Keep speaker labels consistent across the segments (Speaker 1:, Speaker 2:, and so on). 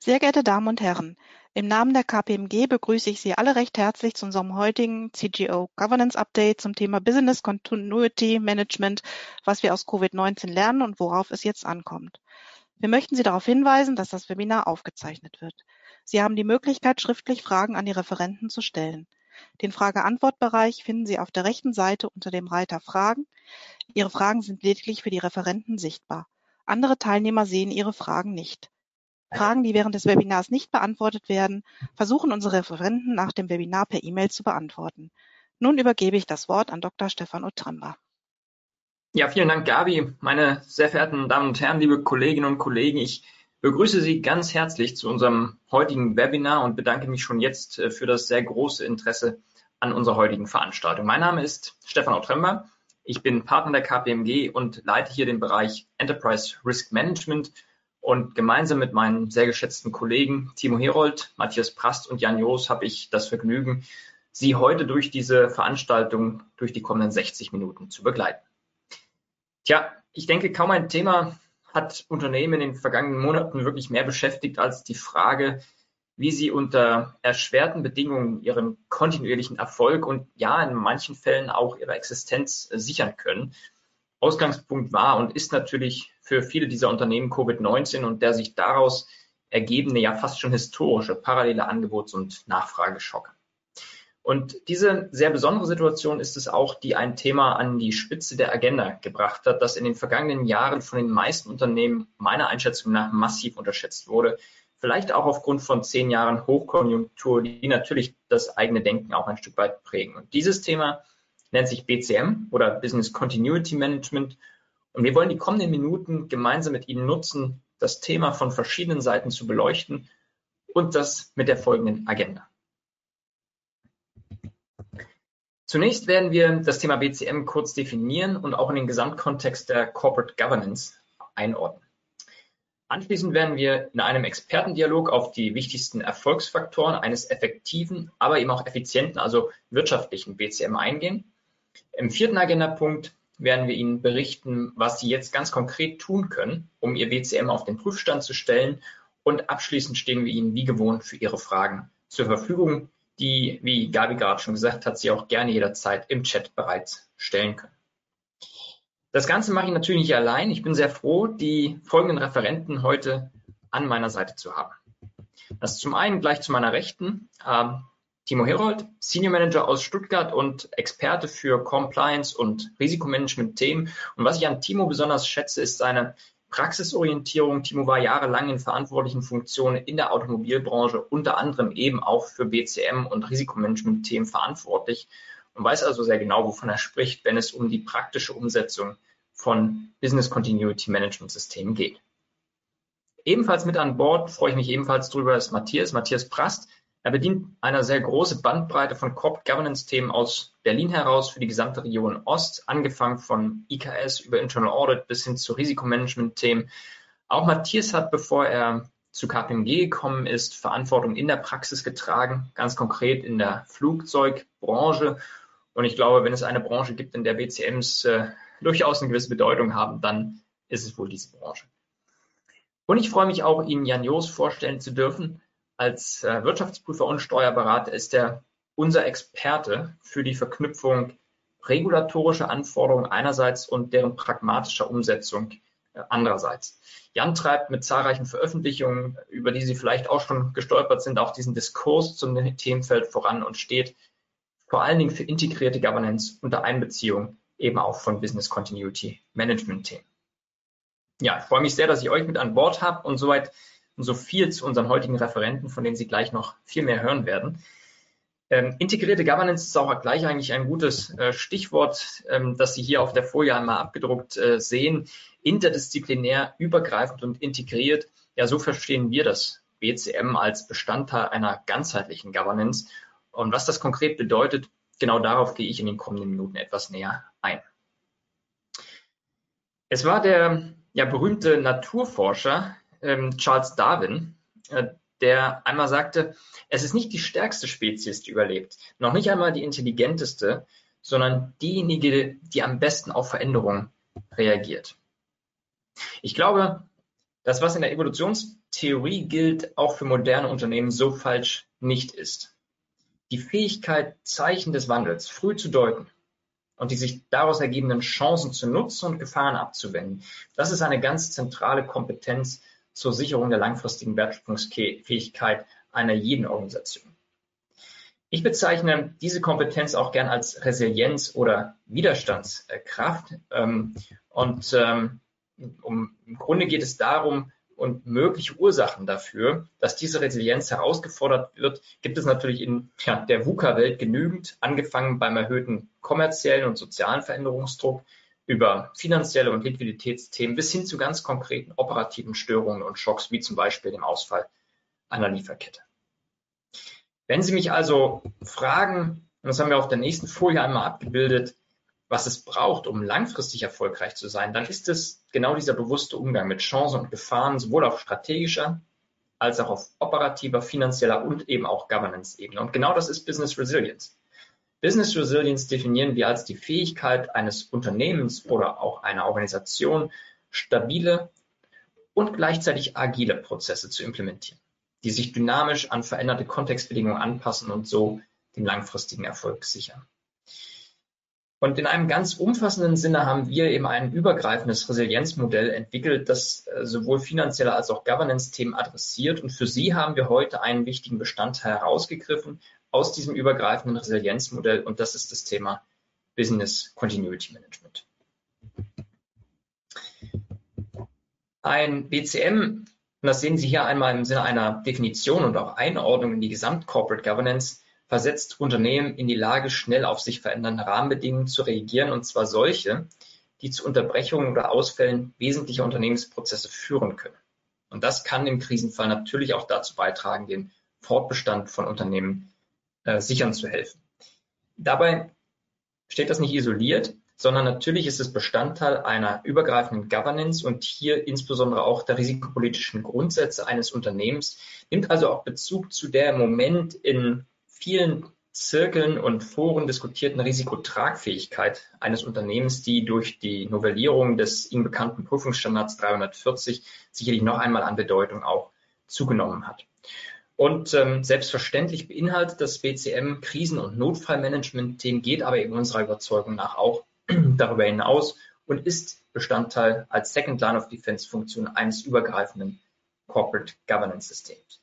Speaker 1: Sehr geehrte Damen und Herren, im Namen der KPMG begrüße ich Sie alle recht herzlich zu unserem heutigen CGO Governance Update zum Thema Business Continuity Management, was wir aus Covid-19 lernen und worauf es jetzt ankommt. Wir möchten Sie darauf hinweisen, dass das Webinar aufgezeichnet wird. Sie haben die Möglichkeit, schriftlich Fragen an die Referenten zu stellen. Den Frage-Antwort-Bereich finden Sie auf der rechten Seite unter dem Reiter Fragen. Ihre Fragen sind lediglich für die Referenten sichtbar. Andere Teilnehmer sehen Ihre Fragen nicht. Fragen, die während des Webinars nicht beantwortet werden, versuchen unsere Referenten nach dem Webinar per E-Mail zu beantworten. Nun übergebe ich das Wort an Dr. Stefan Otremba.
Speaker 2: Ja, vielen Dank, Gabi. Meine sehr verehrten Damen und Herren, liebe Kolleginnen und Kollegen, ich begrüße Sie ganz herzlich zu unserem heutigen Webinar und bedanke mich schon jetzt für das sehr große Interesse an unserer heutigen Veranstaltung. Mein Name ist Stefan Otremba. Ich bin Partner der KPMG und leite hier den Bereich Enterprise Risk Management. Und gemeinsam mit meinen sehr geschätzten Kollegen Timo Herold, Matthias Prast und Jan Joos habe ich das Vergnügen, Sie heute durch diese Veranstaltung durch die kommenden 60 Minuten zu begleiten. Tja, ich denke, kaum ein Thema hat Unternehmen in den vergangenen Monaten wirklich mehr beschäftigt als die Frage, wie sie unter erschwerten Bedingungen ihren kontinuierlichen Erfolg und ja, in manchen Fällen auch ihre Existenz sichern können. Ausgangspunkt war und ist natürlich für viele dieser Unternehmen Covid-19 und der sich daraus ergebende, ja fast schon historische parallele Angebots- und Nachfrageschock. Und diese sehr besondere Situation ist es auch, die ein Thema an die Spitze der Agenda gebracht hat, das in den vergangenen Jahren von den meisten Unternehmen meiner Einschätzung nach massiv unterschätzt wurde. Vielleicht auch aufgrund von 10 Jahren Hochkonjunktur, die natürlich das eigene Denken auch ein Stück weit prägen. Und dieses Thema nennt sich BCM oder Business Continuity Management. Und wir wollen die kommenden Minuten gemeinsam mit Ihnen nutzen, das Thema von verschiedenen Seiten zu beleuchten und das mit der folgenden Agenda. Zunächst werden wir das Thema BCM kurz definieren und auch in den Gesamtkontext der Corporate Governance einordnen. Anschließend werden wir in einem Expertendialog auf die wichtigsten Erfolgsfaktoren eines effektiven, aber eben auch effizienten, also wirtschaftlichen BCM eingehen. Im 4. Agendapunkt werden wir Ihnen berichten, was Sie jetzt ganz konkret tun können, um Ihr BCM auf den Prüfstand zu stellen. Und abschließend stehen wir Ihnen wie gewohnt für Ihre Fragen zur Verfügung, die, wie Gabi gerade schon gesagt hat, Sie auch gerne jederzeit im Chat bereits stellen können. Das Ganze mache ich natürlich nicht allein. Ich bin sehr froh, die folgenden Referenten heute an meiner Seite zu haben. Das ist zum einen gleich zu meiner Rechten Timo Herold, Senior Manager aus Stuttgart und Experte für Compliance und Risikomanagement-Themen. Und was ich an Timo besonders schätze, ist seine Praxisorientierung. Timo war jahrelang in verantwortlichen Funktionen in der Automobilbranche, unter anderem eben auch für BCM und Risikomanagement-Themen verantwortlich und weiß also sehr genau, wovon er spricht, wenn es um die praktische Umsetzung von Business Continuity Management Systemen geht. Ebenfalls mit an Bord, freue ich mich ebenfalls drüber, ist Matthias Prast. Er bedient eine sehr große Bandbreite von Corporate Governance-Themen aus Berlin heraus für die gesamte Region Ost, angefangen von IKS über Internal Audit bis hin zu Risikomanagement-Themen. Auch Matthias hat, bevor er zu KPMG gekommen ist, Verantwortung in der Praxis getragen, ganz konkret in der Flugzeugbranche. Und ich glaube, wenn es eine Branche gibt, in der BCMs durchaus eine gewisse Bedeutung haben, dann ist es wohl diese Branche. Und ich freue mich auch, Ihnen Jan Joos vorstellen zu dürfen. Als Wirtschaftsprüfer und Steuerberater ist er unser Experte für die Verknüpfung regulatorischer Anforderungen einerseits und deren pragmatischer Umsetzung andererseits. Jan treibt mit zahlreichen Veröffentlichungen, über die Sie vielleicht auch schon gestolpert sind, auch diesen Diskurs zum Themenfeld voran und steht vor allen Dingen für integrierte Governance unter Einbeziehung eben auch von Business Continuity Management Themen. Ja, ich freue mich sehr, dass ich euch mit an Bord habe und soweit und so viel zu unseren heutigen Referenten, von denen Sie gleich noch viel mehr hören werden. Integrierte Governance ist auch gleich eigentlich ein gutes Stichwort, das Sie hier auf der Folie einmal abgedruckt sehen. Interdisziplinär, übergreifend und integriert. Ja, so verstehen wir das BCM als Bestandteil einer ganzheitlichen Governance. Und was das konkret bedeutet, genau darauf gehe ich in den kommenden Minuten etwas näher ein. Es war der berühmte Naturforscher Charles Darwin, der einmal sagte, es ist nicht die stärkste Spezies, die überlebt, noch nicht einmal die intelligenteste, sondern diejenige, die am besten auf Veränderungen reagiert. Ich glaube, das, was in der Evolutionstheorie gilt, auch für moderne Unternehmen so falsch nicht ist. Die Fähigkeit, Zeichen des Wandels früh zu deuten und die sich daraus ergebenden Chancen zu nutzen und Gefahren abzuwenden, das ist eine ganz zentrale Kompetenz zur Sicherung der langfristigen Wertschöpfungsfähigkeit einer jeden Organisation. Ich bezeichne diese Kompetenz auch gern als Resilienz oder Widerstandskraft. Im Grunde geht es darum, und mögliche Ursachen dafür, dass diese Resilienz herausgefordert wird, gibt es natürlich in der VUCA-Welt genügend, angefangen beim erhöhten kommerziellen und sozialen Veränderungsdruck, über finanzielle und Liquiditätsthemen bis hin zu ganz konkreten operativen Störungen und Schocks, wie zum Beispiel dem Ausfall einer Lieferkette. Wenn Sie mich also fragen, und das haben wir auf der nächsten Folie einmal abgebildet, was es braucht, um langfristig erfolgreich zu sein, dann ist es genau dieser bewusste Umgang mit Chancen und Gefahren, sowohl auf strategischer als auch auf operativer, finanzieller und eben auch Governance-Ebene. Und genau das ist Business Resilience. Business Resilience definieren wir als die Fähigkeit eines Unternehmens oder auch einer Organisation, stabile und gleichzeitig agile Prozesse zu implementieren, die sich dynamisch an veränderte Kontextbedingungen anpassen und so den langfristigen Erfolg sichern. Und in einem ganz umfassenden Sinne haben wir eben ein übergreifendes Resilienzmodell entwickelt, das sowohl finanzielle als auch Governance-Themen adressiert. Und für Sie haben wir heute einen wichtigen Bestandteil herausgegriffen aus diesem übergreifenden Resilienzmodell, und das ist das Thema Business Continuity Management. Ein BCM, und das sehen Sie hier einmal im Sinne einer Definition und auch Einordnung in die Gesamt-Corporate Governance, versetzt Unternehmen in die Lage, schnell auf sich verändernde Rahmenbedingungen zu reagieren, und zwar solche, die zu Unterbrechungen oder Ausfällen wesentlicher Unternehmensprozesse führen können. Und das kann im Krisenfall natürlich auch dazu beitragen, den Fortbestand von Unternehmen sichern zu helfen. Dabei steht das nicht isoliert, sondern natürlich ist es Bestandteil einer übergreifenden Governance und hier insbesondere auch der risikopolitischen Grundsätze eines Unternehmens, nimmt also auch Bezug zu der im Moment in vielen Zirkeln und Foren diskutierten Risikotragfähigkeit eines Unternehmens, die durch die Novellierung des Ihnen bekannten Prüfungsstandards 340 sicherlich noch einmal an Bedeutung auch zugenommen hat. Und selbstverständlich beinhaltet das BCM Krisen- und Notfallmanagement-Themen, geht aber eben unserer Überzeugung nach auch darüber hinaus und ist Bestandteil als Second Line of Defense-Funktion eines übergreifenden Corporate Governance-Systems.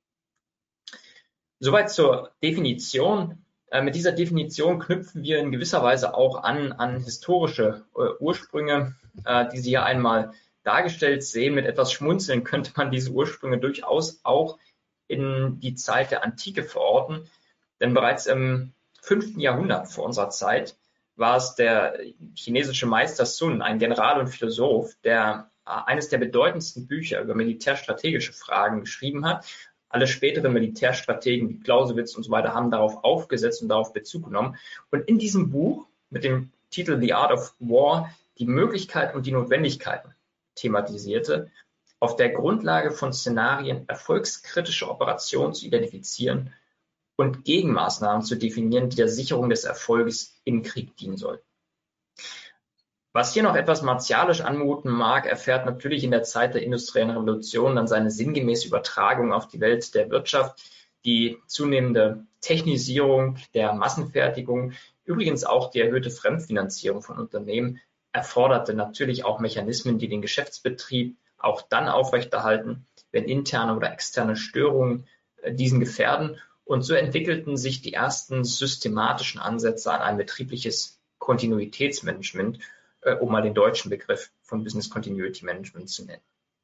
Speaker 2: Soweit zur Definition. Mit dieser Definition knüpfen wir in gewisser Weise auch an historische Ursprünge, die Sie hier einmal dargestellt sehen. Mit etwas Schmunzeln könnte man diese Ursprünge durchaus auch in die Zeit der Antike verorten, denn bereits im 5. Jahrhundert vor unserer Zeit war es der chinesische Meister Sun, ein General und Philosoph, der eines der bedeutendsten Bücher über militärstrategische Fragen geschrieben hat. Alle späteren Militärstrategen wie Clausewitz und so weiter haben darauf aufgesetzt und darauf Bezug genommen. Und in diesem Buch mit dem Titel The Art of War die Möglichkeiten und die Notwendigkeiten thematisierte, auf der Grundlage von Szenarien erfolgskritische Operationen zu identifizieren und Gegenmaßnahmen zu definieren, die der Sicherung des Erfolges im Krieg dienen sollten. Was hier noch etwas martialisch anmuten mag, erfährt natürlich in der Zeit der industriellen Revolution dann seine sinngemäße Übertragung auf die Welt der Wirtschaft. Die zunehmende Technisierung der Massenfertigung, übrigens auch die erhöhte Fremdfinanzierung von Unternehmen, erforderte natürlich auch Mechanismen, die den Geschäftsbetrieb auch dann aufrechterhalten, wenn interne oder externe Störungen diesen gefährden. Und so entwickelten sich die ersten systematischen Ansätze an ein betriebliches Kontinuitätsmanagement, um mal den deutschen Begriff von Business Continuity Management zu nennen.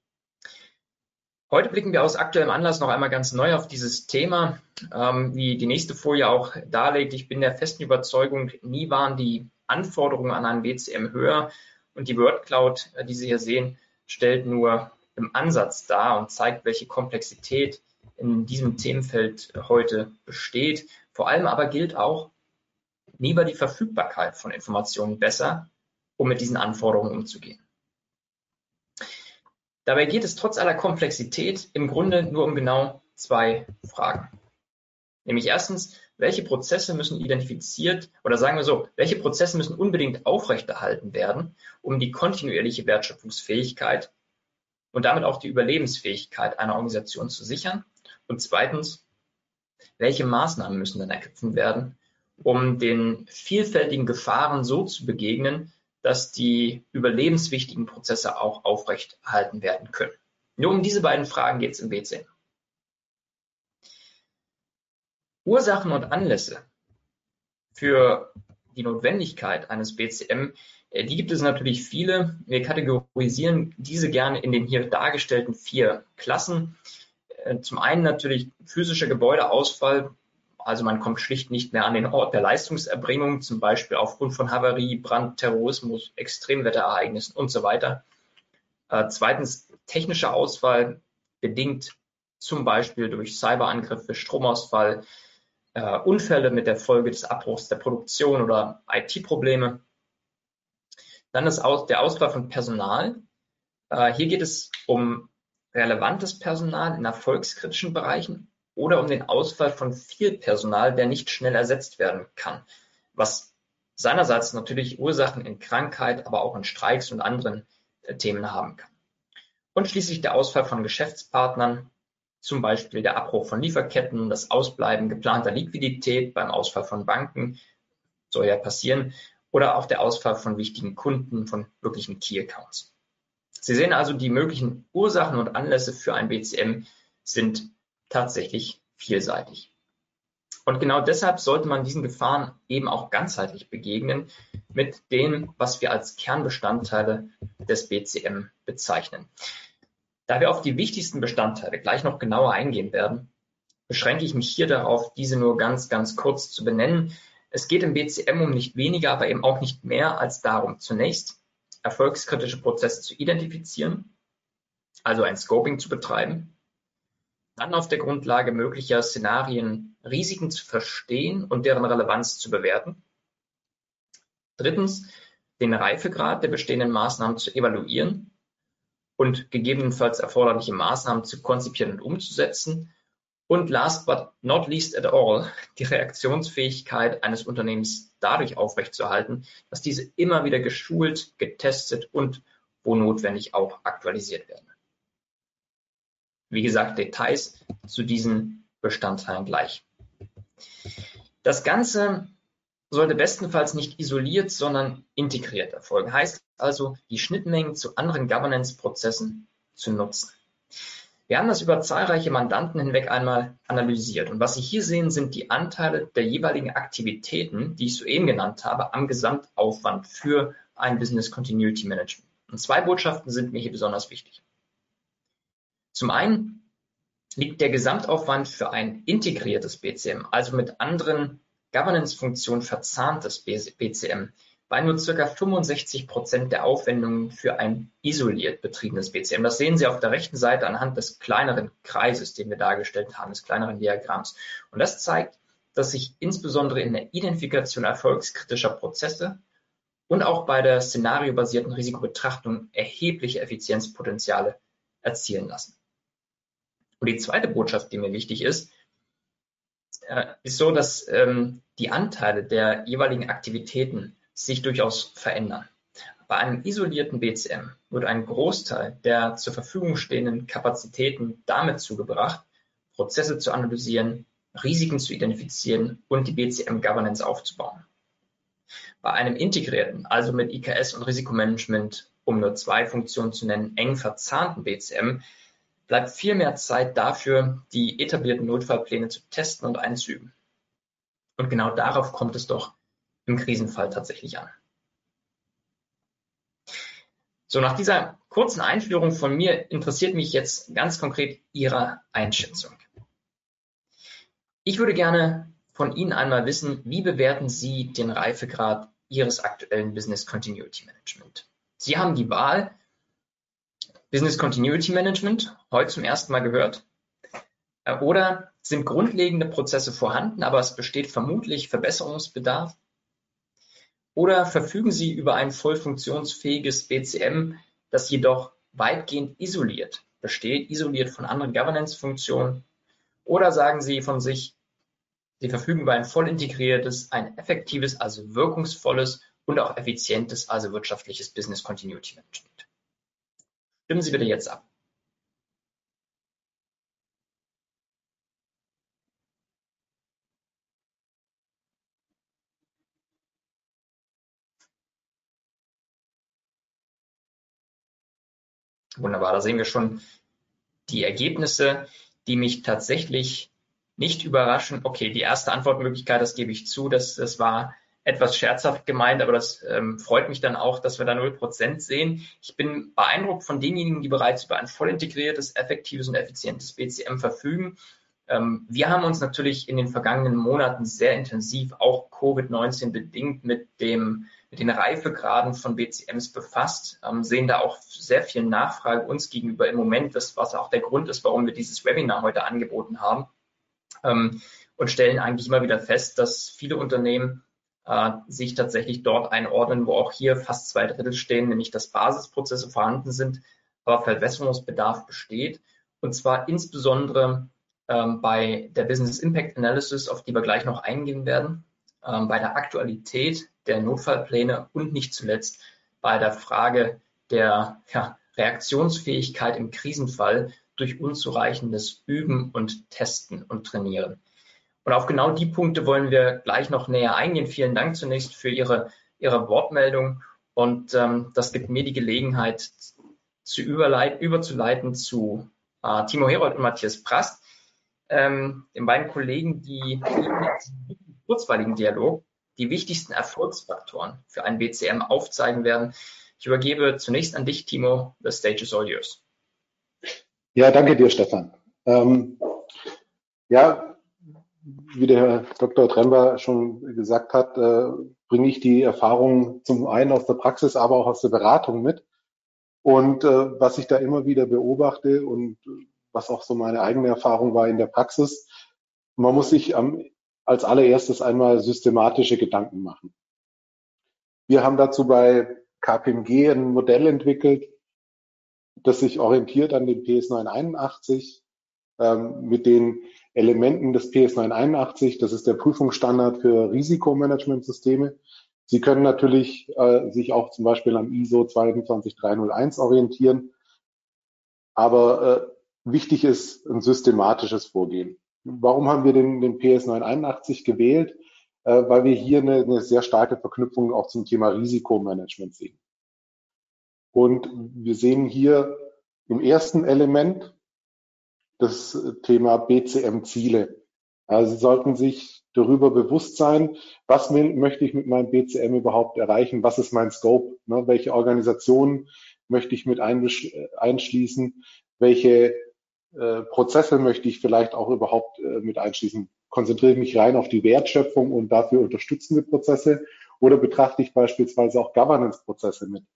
Speaker 2: Heute blicken wir aus aktuellem Anlass noch einmal ganz neu auf dieses Thema, wie die nächste Folie auch darlegt. Ich bin der festen Überzeugung, nie waren die Anforderungen an einen BCM höher, und die Word Cloud, die Sie hier sehen, stellt nur im Ansatz dar und zeigt, welche Komplexität in diesem Themenfeld heute besteht. Vor allem aber gilt auch, nie war die Verfügbarkeit von Informationen besser, um mit diesen Anforderungen umzugehen. Dabei geht es trotz aller Komplexität im Grunde nur um genau zwei Fragen. Nämlich erstens, welche Prozesse müssen identifiziert, oder sagen wir so, welche Prozesse müssen unbedingt aufrechterhalten werden, um die kontinuierliche Wertschöpfungsfähigkeit und damit auch die Überlebensfähigkeit einer Organisation zu sichern? Und zweitens, welche Maßnahmen müssen dann ergriffen werden, um den vielfältigen Gefahren so zu begegnen, dass die überlebenswichtigen Prozesse auch aufrechterhalten werden können? Nur um diese beiden Fragen geht es im BCM. Ursachen und Anlässe für die Notwendigkeit eines BCM, die gibt es natürlich viele. Wir kategorisieren diese gerne in den hier dargestellten 4 Klassen. Zum einen natürlich physischer Gebäudeausfall, also man kommt schlicht nicht mehr an den Ort der Leistungserbringung, zum Beispiel aufgrund von Havarie, Brand, Terrorismus, Extremwetterereignissen und so weiter. Zweitens technischer Ausfall, bedingt zum Beispiel durch Cyberangriffe, Stromausfall, Unfälle mit der Folge des Abbruchs der Produktion oder IT-Probleme. Dann der Ausfall von Personal. Hier geht es um relevantes Personal in erfolgskritischen Bereichen oder um den Ausfall von viel Personal, der nicht schnell ersetzt werden kann, was seinerseits natürlich Ursachen in Krankheit, aber auch in Streiks und anderen Themen haben kann. Und schließlich der Ausfall von Geschäftspartnern, zum Beispiel der Abbruch von Lieferketten, das Ausbleiben geplanter Liquidität beim Ausfall von Banken, soll ja passieren, oder auch der Ausfall von wichtigen Kunden, von wirklichen Key Accounts. Sie sehen also, die möglichen Ursachen und Anlässe für ein BCM sind tatsächlich vielseitig. Und genau deshalb sollte man diesen Gefahren eben auch ganzheitlich begegnen mit dem, was wir als Kernbestandteile des BCM bezeichnen. Da wir auf die wichtigsten Bestandteile gleich noch genauer eingehen werden, beschränke ich mich hier darauf, diese nur ganz kurz zu benennen. Es geht im BCM um nicht weniger, aber eben auch nicht mehr als darum, zunächst erfolgskritische Prozesse zu identifizieren, also ein Scoping zu betreiben, dann auf der Grundlage möglicher Szenarien Risiken zu verstehen und deren Relevanz zu bewerten. Drittens, den Reifegrad der bestehenden Maßnahmen zu evaluieren und gegebenenfalls erforderliche Maßnahmen zu konzipieren und umzusetzen. Und last but not least at all, die Reaktionsfähigkeit eines Unternehmens dadurch aufrechtzuerhalten, dass diese immer wieder geschult, getestet und, wo notwendig, auch aktualisiert werden. Wie gesagt, Details zu diesen Bestandteilen gleich. Das Ganze sollte bestenfalls nicht isoliert, sondern integriert erfolgen. Heißt also, die Schnittmengen zu anderen Governance-Prozessen zu nutzen. Wir haben das über zahlreiche Mandanten hinweg einmal analysiert. Und was Sie hier sehen, sind die Anteile der jeweiligen Aktivitäten, die ich soeben genannt habe, am Gesamtaufwand für ein Business Continuity Management. Und 2 Botschaften sind mir hier besonders wichtig. Zum einen liegt der Gesamtaufwand für ein integriertes BCM, also mit anderen Governance-Funktionen verzahntes BCM, bei nur ca. 65% der Aufwendungen für ein isoliert betriebenes BCM. Das sehen Sie auf der rechten Seite anhand des kleineren Kreises, den wir dargestellt haben, des kleineren Diagramms. Und das zeigt, dass sich insbesondere in der Identifikation erfolgskritischer Prozesse und auch bei der szenariobasierten Risikobetrachtung erhebliche Effizienzpotenziale erzielen lassen. Und die zweite Botschaft, die mir wichtig ist so, dass die Anteile der jeweiligen Aktivitäten sich durchaus verändern. Bei einem isolierten BCM wird ein Großteil der zur Verfügung stehenden Kapazitäten damit zugebracht, Prozesse zu analysieren, Risiken zu identifizieren und die BCM-Governance aufzubauen. Bei einem integrierten, also mit IKS und Risikomanagement, um nur 2 Funktionen zu nennen, eng verzahnten BCM, bleibt viel mehr Zeit dafür, die etablierten Notfallpläne zu testen und einzuüben. Und genau darauf kommt es doch im Krisenfall tatsächlich an. So, nach dieser kurzen Einführung von mir interessiert mich jetzt ganz konkret Ihre Einschätzung. Ich würde gerne von Ihnen einmal wissen, wie bewerten Sie den Reifegrad Ihres aktuellen Business Continuity Management? Sie haben die Wahl, Business Continuity Management, heute zum ersten Mal gehört, oder sind grundlegende Prozesse vorhanden, aber es besteht vermutlich Verbesserungsbedarf? Oder verfügen Sie über ein voll funktionsfähiges BCM, das jedoch weitgehend isoliert besteht, isoliert von anderen Governance-Funktionen? Oder sagen Sie von sich, Sie verfügen über ein voll integriertes, ein effektives, also wirkungsvolles und auch effizientes, also wirtschaftliches Business Continuity Management? Stimmen Sie bitte jetzt ab. Wunderbar, da sehen wir schon die Ergebnisse, die mich tatsächlich nicht überraschen. Okay, die erste Antwortmöglichkeit, das gebe ich zu, das war etwas scherzhaft gemeint, aber das freut mich dann auch, dass wir da 0% sehen. Ich bin beeindruckt von denjenigen, die bereits über ein voll integriertes, effektives und effizientes BCM verfügen. Wir haben uns natürlich in den vergangenen Monaten sehr intensiv, auch Covid-19 bedingt, mit den Reifegraden von BCMs befasst, sehen da auch sehr viel Nachfrage uns gegenüber im Moment, was auch der Grund ist, warum wir dieses Webinar heute angeboten haben, und stellen eigentlich immer wieder fest, dass viele Unternehmen sich tatsächlich dort einordnen, wo auch hier fast 2/3 stehen, nämlich dass Basisprozesse vorhanden sind, aber Verbesserungsbedarf besteht, und zwar insbesondere bei der Business Impact Analysis, auf die wir gleich noch eingehen werden, bei der Aktualität der Notfallpläne und nicht zuletzt bei der Frage der Reaktionsfähigkeit im Krisenfall durch unzureichendes Üben und Testen und Trainieren. Und auf genau die Punkte wollen wir gleich noch näher eingehen. Vielen Dank zunächst für Ihre Wortmeldung, und das gibt mir die Gelegenheit, überzuleiten zu Timo Herold und Matthias Prast, den beiden Kollegen, die im kurzweiligen Dialog die wichtigsten Erfolgsfaktoren für ein BCM aufzeigen werden. Ich übergebe zunächst an dich, Timo. The stage is all yours.
Speaker 3: Ja, danke dir, Stefan. Wie der Herr Dr. Trember schon gesagt hat, bringe ich die Erfahrungen zum einen aus der Praxis, aber auch aus der Beratung mit. Und was ich da immer wieder beobachte und was auch so meine eigene Erfahrung war in der Praxis, man muss sich als allererstes einmal systematische Gedanken machen. Wir haben dazu bei KPMG ein Modell entwickelt, das sich orientiert an dem PS981, mit den Elementen des PS981. Das ist der Prüfungsstandard für Risikomanagementsysteme. Sie können natürlich sich auch zum Beispiel am ISO 22301 orientieren, aber wichtig ist ein systematisches Vorgehen. Warum haben wir den PS981 gewählt? Weil wir hier eine sehr starke Verknüpfung auch zum Thema Risikomanagement sehen. Und wir sehen hier im ersten Element das Thema BCM-Ziele. Also Sie sollten sich darüber bewusst sein, was möchte ich mit meinem BCM überhaupt erreichen, was ist mein Scope, ne? Welche Organisationen möchte ich mit einschließen, welche Prozesse möchte ich vielleicht auch überhaupt mit einschließen. Konzentriere ich mich rein auf die Wertschöpfung und dafür unterstützende Prozesse, oder betrachte ich beispielsweise auch Governance-Prozesse mit?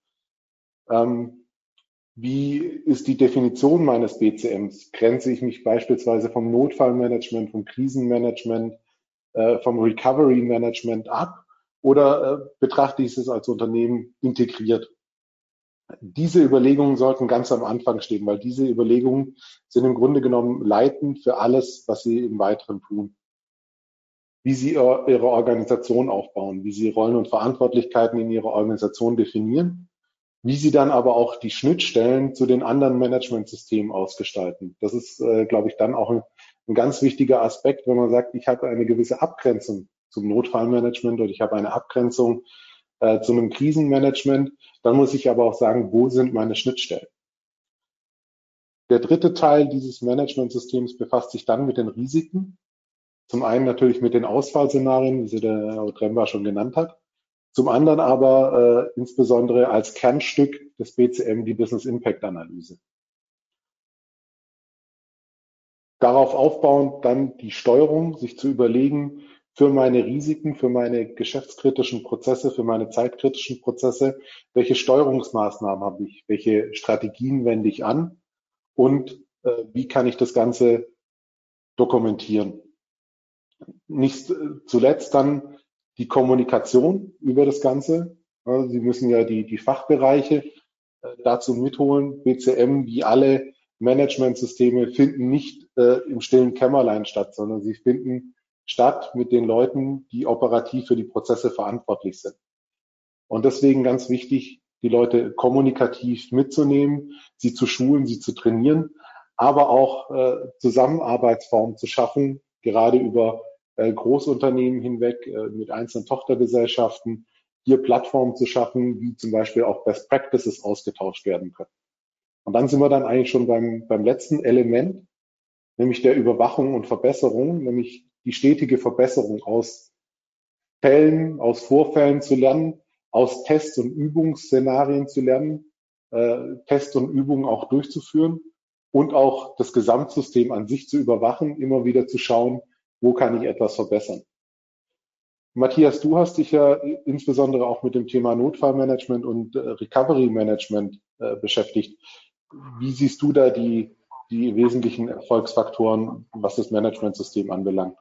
Speaker 3: Wie ist die Definition meines BCMs? Grenze ich mich beispielsweise vom Notfallmanagement, vom Krisenmanagement, vom Recovery Management ab, oder betrachte ich es als Unternehmen integriert? Diese Überlegungen sollten ganz am Anfang stehen, weil diese Überlegungen sind im Grunde genommen leitend für alles, was Sie im Weiteren tun. Wie Sie Ihre Organisation aufbauen, wie Sie Rollen und Verantwortlichkeiten in Ihrer Organisation definieren, wie Sie dann aber auch die Schnittstellen zu den anderen Managementsystemen ausgestalten. Das ist, glaube ich, dann auch ein ganz wichtiger Aspekt, wenn man sagt, ich habe eine gewisse Abgrenzung zum Notfallmanagement oder ich habe eine Abgrenzung zu einem Krisenmanagement. Dann muss ich aber auch sagen, wo sind meine Schnittstellen? Der dritte Teil dieses Managementsystems befasst sich dann mit den Risiken. Zum einen natürlich mit den Ausfallszenarien, wie sie der Herr Tremba schon genannt hat. Zum anderen aber insbesondere als Kernstück des BCM die Business Impact Analyse. Darauf aufbauend dann die Steuerung, sich zu überlegen, für meine Risiken, für meine geschäftskritischen Prozesse, für meine zeitkritischen Prozesse, welche Steuerungsmaßnahmen habe ich, welche Strategien wende ich an und wie kann ich das Ganze dokumentieren. Nicht zuletzt dann die Kommunikation über das Ganze. Sie müssen ja die Fachbereiche dazu mitholen. BCM, wie alle Managementsysteme, finden nicht im stillen Kämmerlein statt, sondern sie finden statt mit den Leuten, die operativ für die Prozesse verantwortlich sind. Und deswegen ganz wichtig, die Leute kommunikativ mitzunehmen, sie zu schulen, sie zu trainieren, aber auch Zusammenarbeitsformen zu schaffen, gerade über Großunternehmen hinweg mit einzelnen Tochtergesellschaften, hier Plattformen zu schaffen, wie zum Beispiel auch Best Practices ausgetauscht werden können. Und dann sind wir dann eigentlich schon beim letzten Element, nämlich der Überwachung und Verbesserung, nämlich die stetige Verbesserung aus Fällen, aus Vorfällen zu lernen, aus Test- und Übungsszenarien zu lernen, Test und Übungen auch durchzuführen und auch das Gesamtsystem an sich zu überwachen, immer wieder zu schauen, wo kann ich etwas verbessern. Matthias, du hast dich ja insbesondere auch mit dem Thema Notfallmanagement und Recovery Management beschäftigt. Wie siehst du da die wesentlichen Erfolgsfaktoren, was das Managementsystem anbelangt?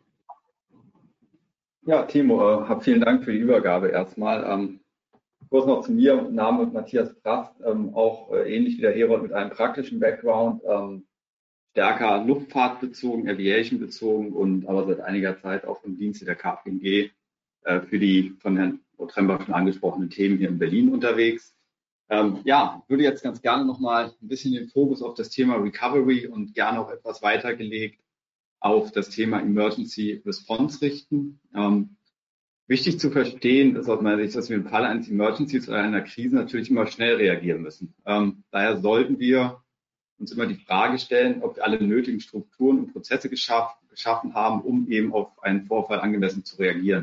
Speaker 4: Ja, Timo, vielen Dank für die Übergabe erstmal. Kurz noch zu mir, Name Matthias Prast, auch ähnlich wie der Herold mit einem praktischen Background, stärker luftfahrtbezogen, Aviation bezogen und aber seit einiger Zeit auch im Dienste der KPMG für die von Herrn Otremba schon angesprochenen Themen hier in Berlin unterwegs. Ja, würde jetzt ganz gerne nochmal ein bisschen den Fokus auf das Thema Recovery und gerne auch etwas weitergelegt auf das Thema Emergency Response richten. Wichtig zu verstehen ist aus meiner Sicht, dass wir im Falle eines Emergencies oder einer Krise natürlich immer schnell reagieren müssen. Daher sollten wir uns immer die Frage stellen, ob wir alle nötigen Strukturen und Prozesse geschaffen haben, um eben auf einen Vorfall angemessen zu reagieren.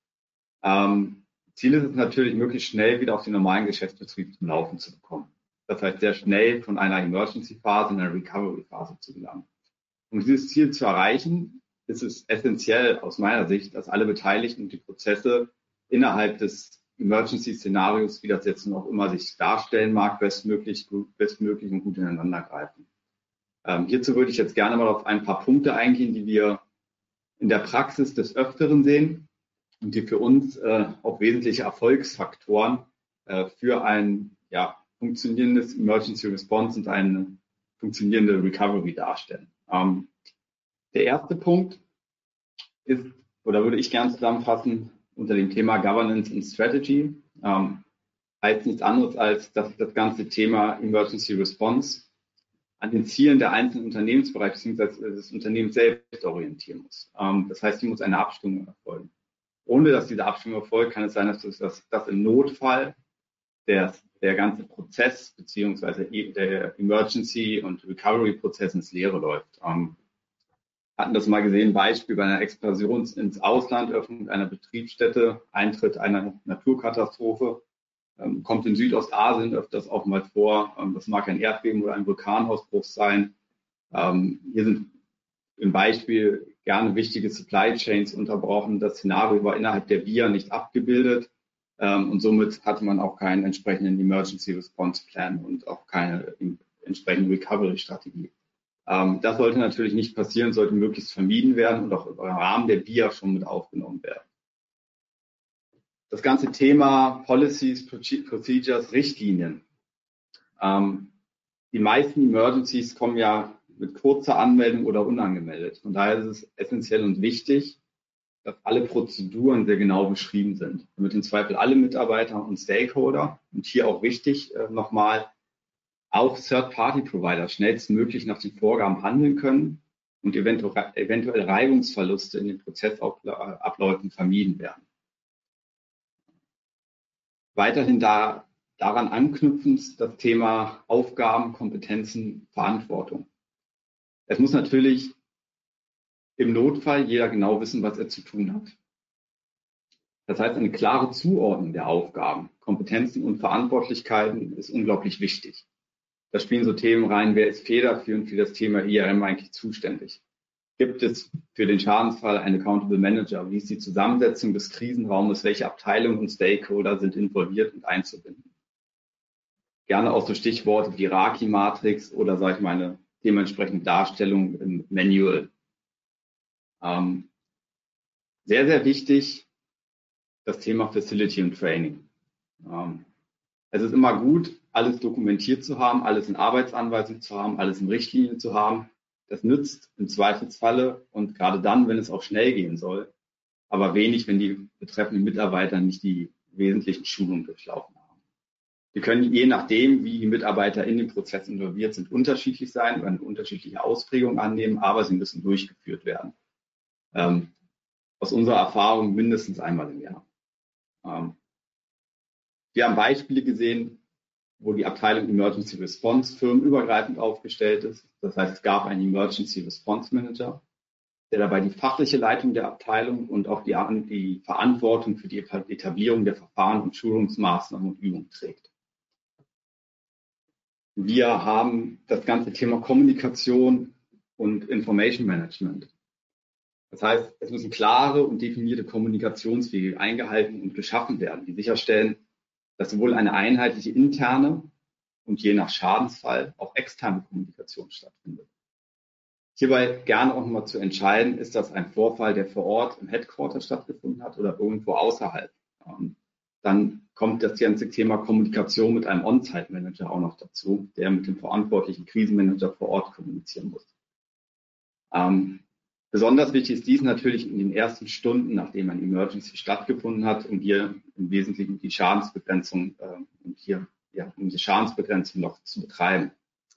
Speaker 4: Ziel ist es natürlich, möglichst schnell wieder auf den normalen Geschäftsbetrieb zum Laufen zu bekommen. Das heißt, sehr schnell von einer Emergency-Phase in eine Recovery-Phase zu gelangen. Um dieses Ziel zu erreichen, ist es essentiell aus meiner Sicht, dass alle Beteiligten und die Prozesse innerhalb des Emergency-Szenarios, wie das jetzt noch immer sich darstellen mag, bestmöglich und gut ineinander greifen. Hierzu würde ich jetzt gerne mal auf ein paar Punkte eingehen, die wir in der Praxis des Öfteren sehen und die für uns auch wesentliche Erfolgsfaktoren für ein funktionierendes Emergency Response und eine funktionierende Recovery darstellen. Der erste Punkt ist, oder würde ich gerne zusammenfassen, unter dem Thema Governance and Strategy. Heißt nichts anderes, als dass das ganze Thema Emergency Response an den Zielen der einzelnen Unternehmensbereiche bzw. des Unternehmens selbst orientieren muss. Das heißt, hier muss eine Abstimmung erfolgen. Ohne dass diese Abstimmung erfolgt, kann es sein, dass im Notfall der ganze Prozess beziehungsweise der Emergency- und Recovery-Prozess ins Leere läuft. Hatten das mal gesehen, Beispiel bei einer Expansion ins Ausland, Öffnung einer Betriebsstätte, Eintritt einer Naturkatastrophe, kommt in Südostasien öfters auch mal vor. Das mag ein Erdbeben oder ein Vulkanausbruch sein. Hier sind im Beispiel gerne wichtige Supply Chains unterbrochen. Das Szenario war innerhalb der BIA nicht abgebildet und somit hatte man auch keinen entsprechenden Emergency Response Plan und auch keine entsprechende Recovery Strategie. Das sollte natürlich nicht passieren, sollte möglichst vermieden werden und auch im Rahmen der BIA schon mit aufgenommen werden. Das ganze Thema Policies, Procedures, Richtlinien. Die meisten Emergencies kommen ja mit kurzer Anmeldung oder unangemeldet. Von daher ist es essentiell und wichtig, dass alle Prozeduren sehr genau beschrieben sind, damit im Zweifel alle Mitarbeiter und Stakeholder, und hier auch wichtig nochmal, auch Third-Party-Provider schnellstmöglich nach den Vorgaben handeln können und eventuell Reibungsverluste in den Prozessabläufen vermieden werden. Weiterhin daran anknüpfend das Thema Aufgaben, Kompetenzen, Verantwortung. Es muss natürlich im Notfall jeder genau wissen, was er zu tun hat. Das heißt, eine klare Zuordnung der Aufgaben, Kompetenzen und Verantwortlichkeiten ist unglaublich wichtig. Da spielen so Themen rein, wer ist federführend für das Thema IRM eigentlich zuständig? Gibt es für den Schadensfall einen Accountable Manager? Wie ist die Zusammensetzung des Krisenraumes? Welche Abteilungen und Stakeholder sind involviert und einzubinden? Gerne auch so Stichworte wie Hierarchie-Matrix oder, sage ich mal, eine dementsprechende Darstellung im Manual. Sehr, sehr wichtig, das Thema Facility und Training. Es ist immer gut, alles dokumentiert zu haben, alles in Arbeitsanweisungen zu haben, alles in Richtlinien zu haben. Das nützt im Zweifelsfalle und gerade dann, wenn es auch schnell gehen soll, aber wenig, wenn die betreffenden Mitarbeiter nicht die wesentlichen Schulungen durchlaufen haben. Die können je nachdem, wie die Mitarbeiter in den Prozess involviert sind, unterschiedlich sein oder eine unterschiedliche Ausprägung annehmen, aber sie müssen durchgeführt werden. Aus unserer Erfahrung mindestens einmal im Jahr. Wir haben Beispiele gesehen, wo die Abteilung Emergency Response firmenübergreifend aufgestellt ist. Das heißt, es gab einen Emergency Response Manager, der dabei die fachliche Leitung der Abteilung und auch die Verantwortung für die Etablierung der Verfahren und Schulungsmaßnahmen und Übungen trägt. Wir haben das ganze Thema Kommunikation und Information Management. Das heißt, es müssen klare und definierte Kommunikationswege eingehalten und geschaffen werden, die sicherstellen, dass sowohl eine einheitliche interne und je nach Schadensfall auch externe Kommunikation stattfindet. Hierbei gerne auch nochmal zu entscheiden, ist das ein Vorfall, der vor Ort im Headquarter stattgefunden hat oder irgendwo außerhalb. Dann kommt das ganze Thema Kommunikation mit einem On-Site-Manager auch noch dazu, der mit dem verantwortlichen Krisenmanager vor Ort kommunizieren muss. Besonders wichtig ist dies natürlich in den ersten Stunden, nachdem ein Emergency stattgefunden hat, um hier im Wesentlichen die Schadensbegrenzung um die Schadensbegrenzung noch zu betreiben.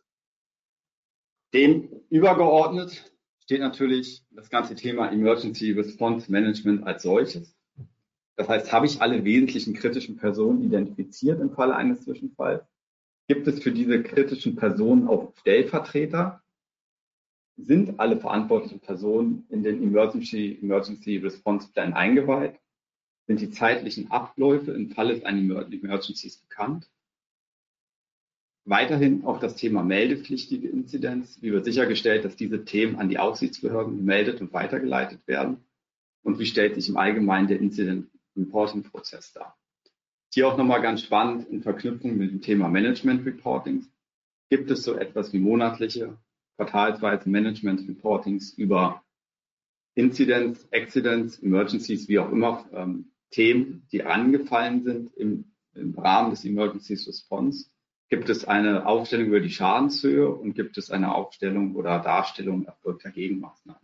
Speaker 4: Dem übergeordnet steht natürlich das ganze Thema Emergency Response Management als solches. Das heißt, habe ich alle wesentlichen kritischen Personen identifiziert im Falle eines Zwischenfalls? Gibt es für diese kritischen Personen auch Stellvertreter? Sind alle verantwortlichen Personen in den Emergency Response Plan eingeweiht? Sind die zeitlichen Abläufe im Falle eines Emergencies bekannt? Weiterhin auch das Thema meldepflichtige Inzidenz. Wie wird sichergestellt, dass diese Themen an die Aufsichtsbehörden gemeldet und weitergeleitet werden? Und wie stellt sich im Allgemeinen der Incident Reporting Prozess dar? Hier auch nochmal ganz spannend in Verknüpfung mit dem Thema Management Reportings. Gibt es so etwas wie monatliche, quartalsweise Management Reportings über Incidents, Accidents, Emergencies, wie auch immer, Themen, die angefallen sind im Rahmen des Emergency Response? Gibt es eine Aufstellung über die Schadenshöhe und gibt es eine Aufstellung oder Darstellung erfolgter Gegenmaßnahmen?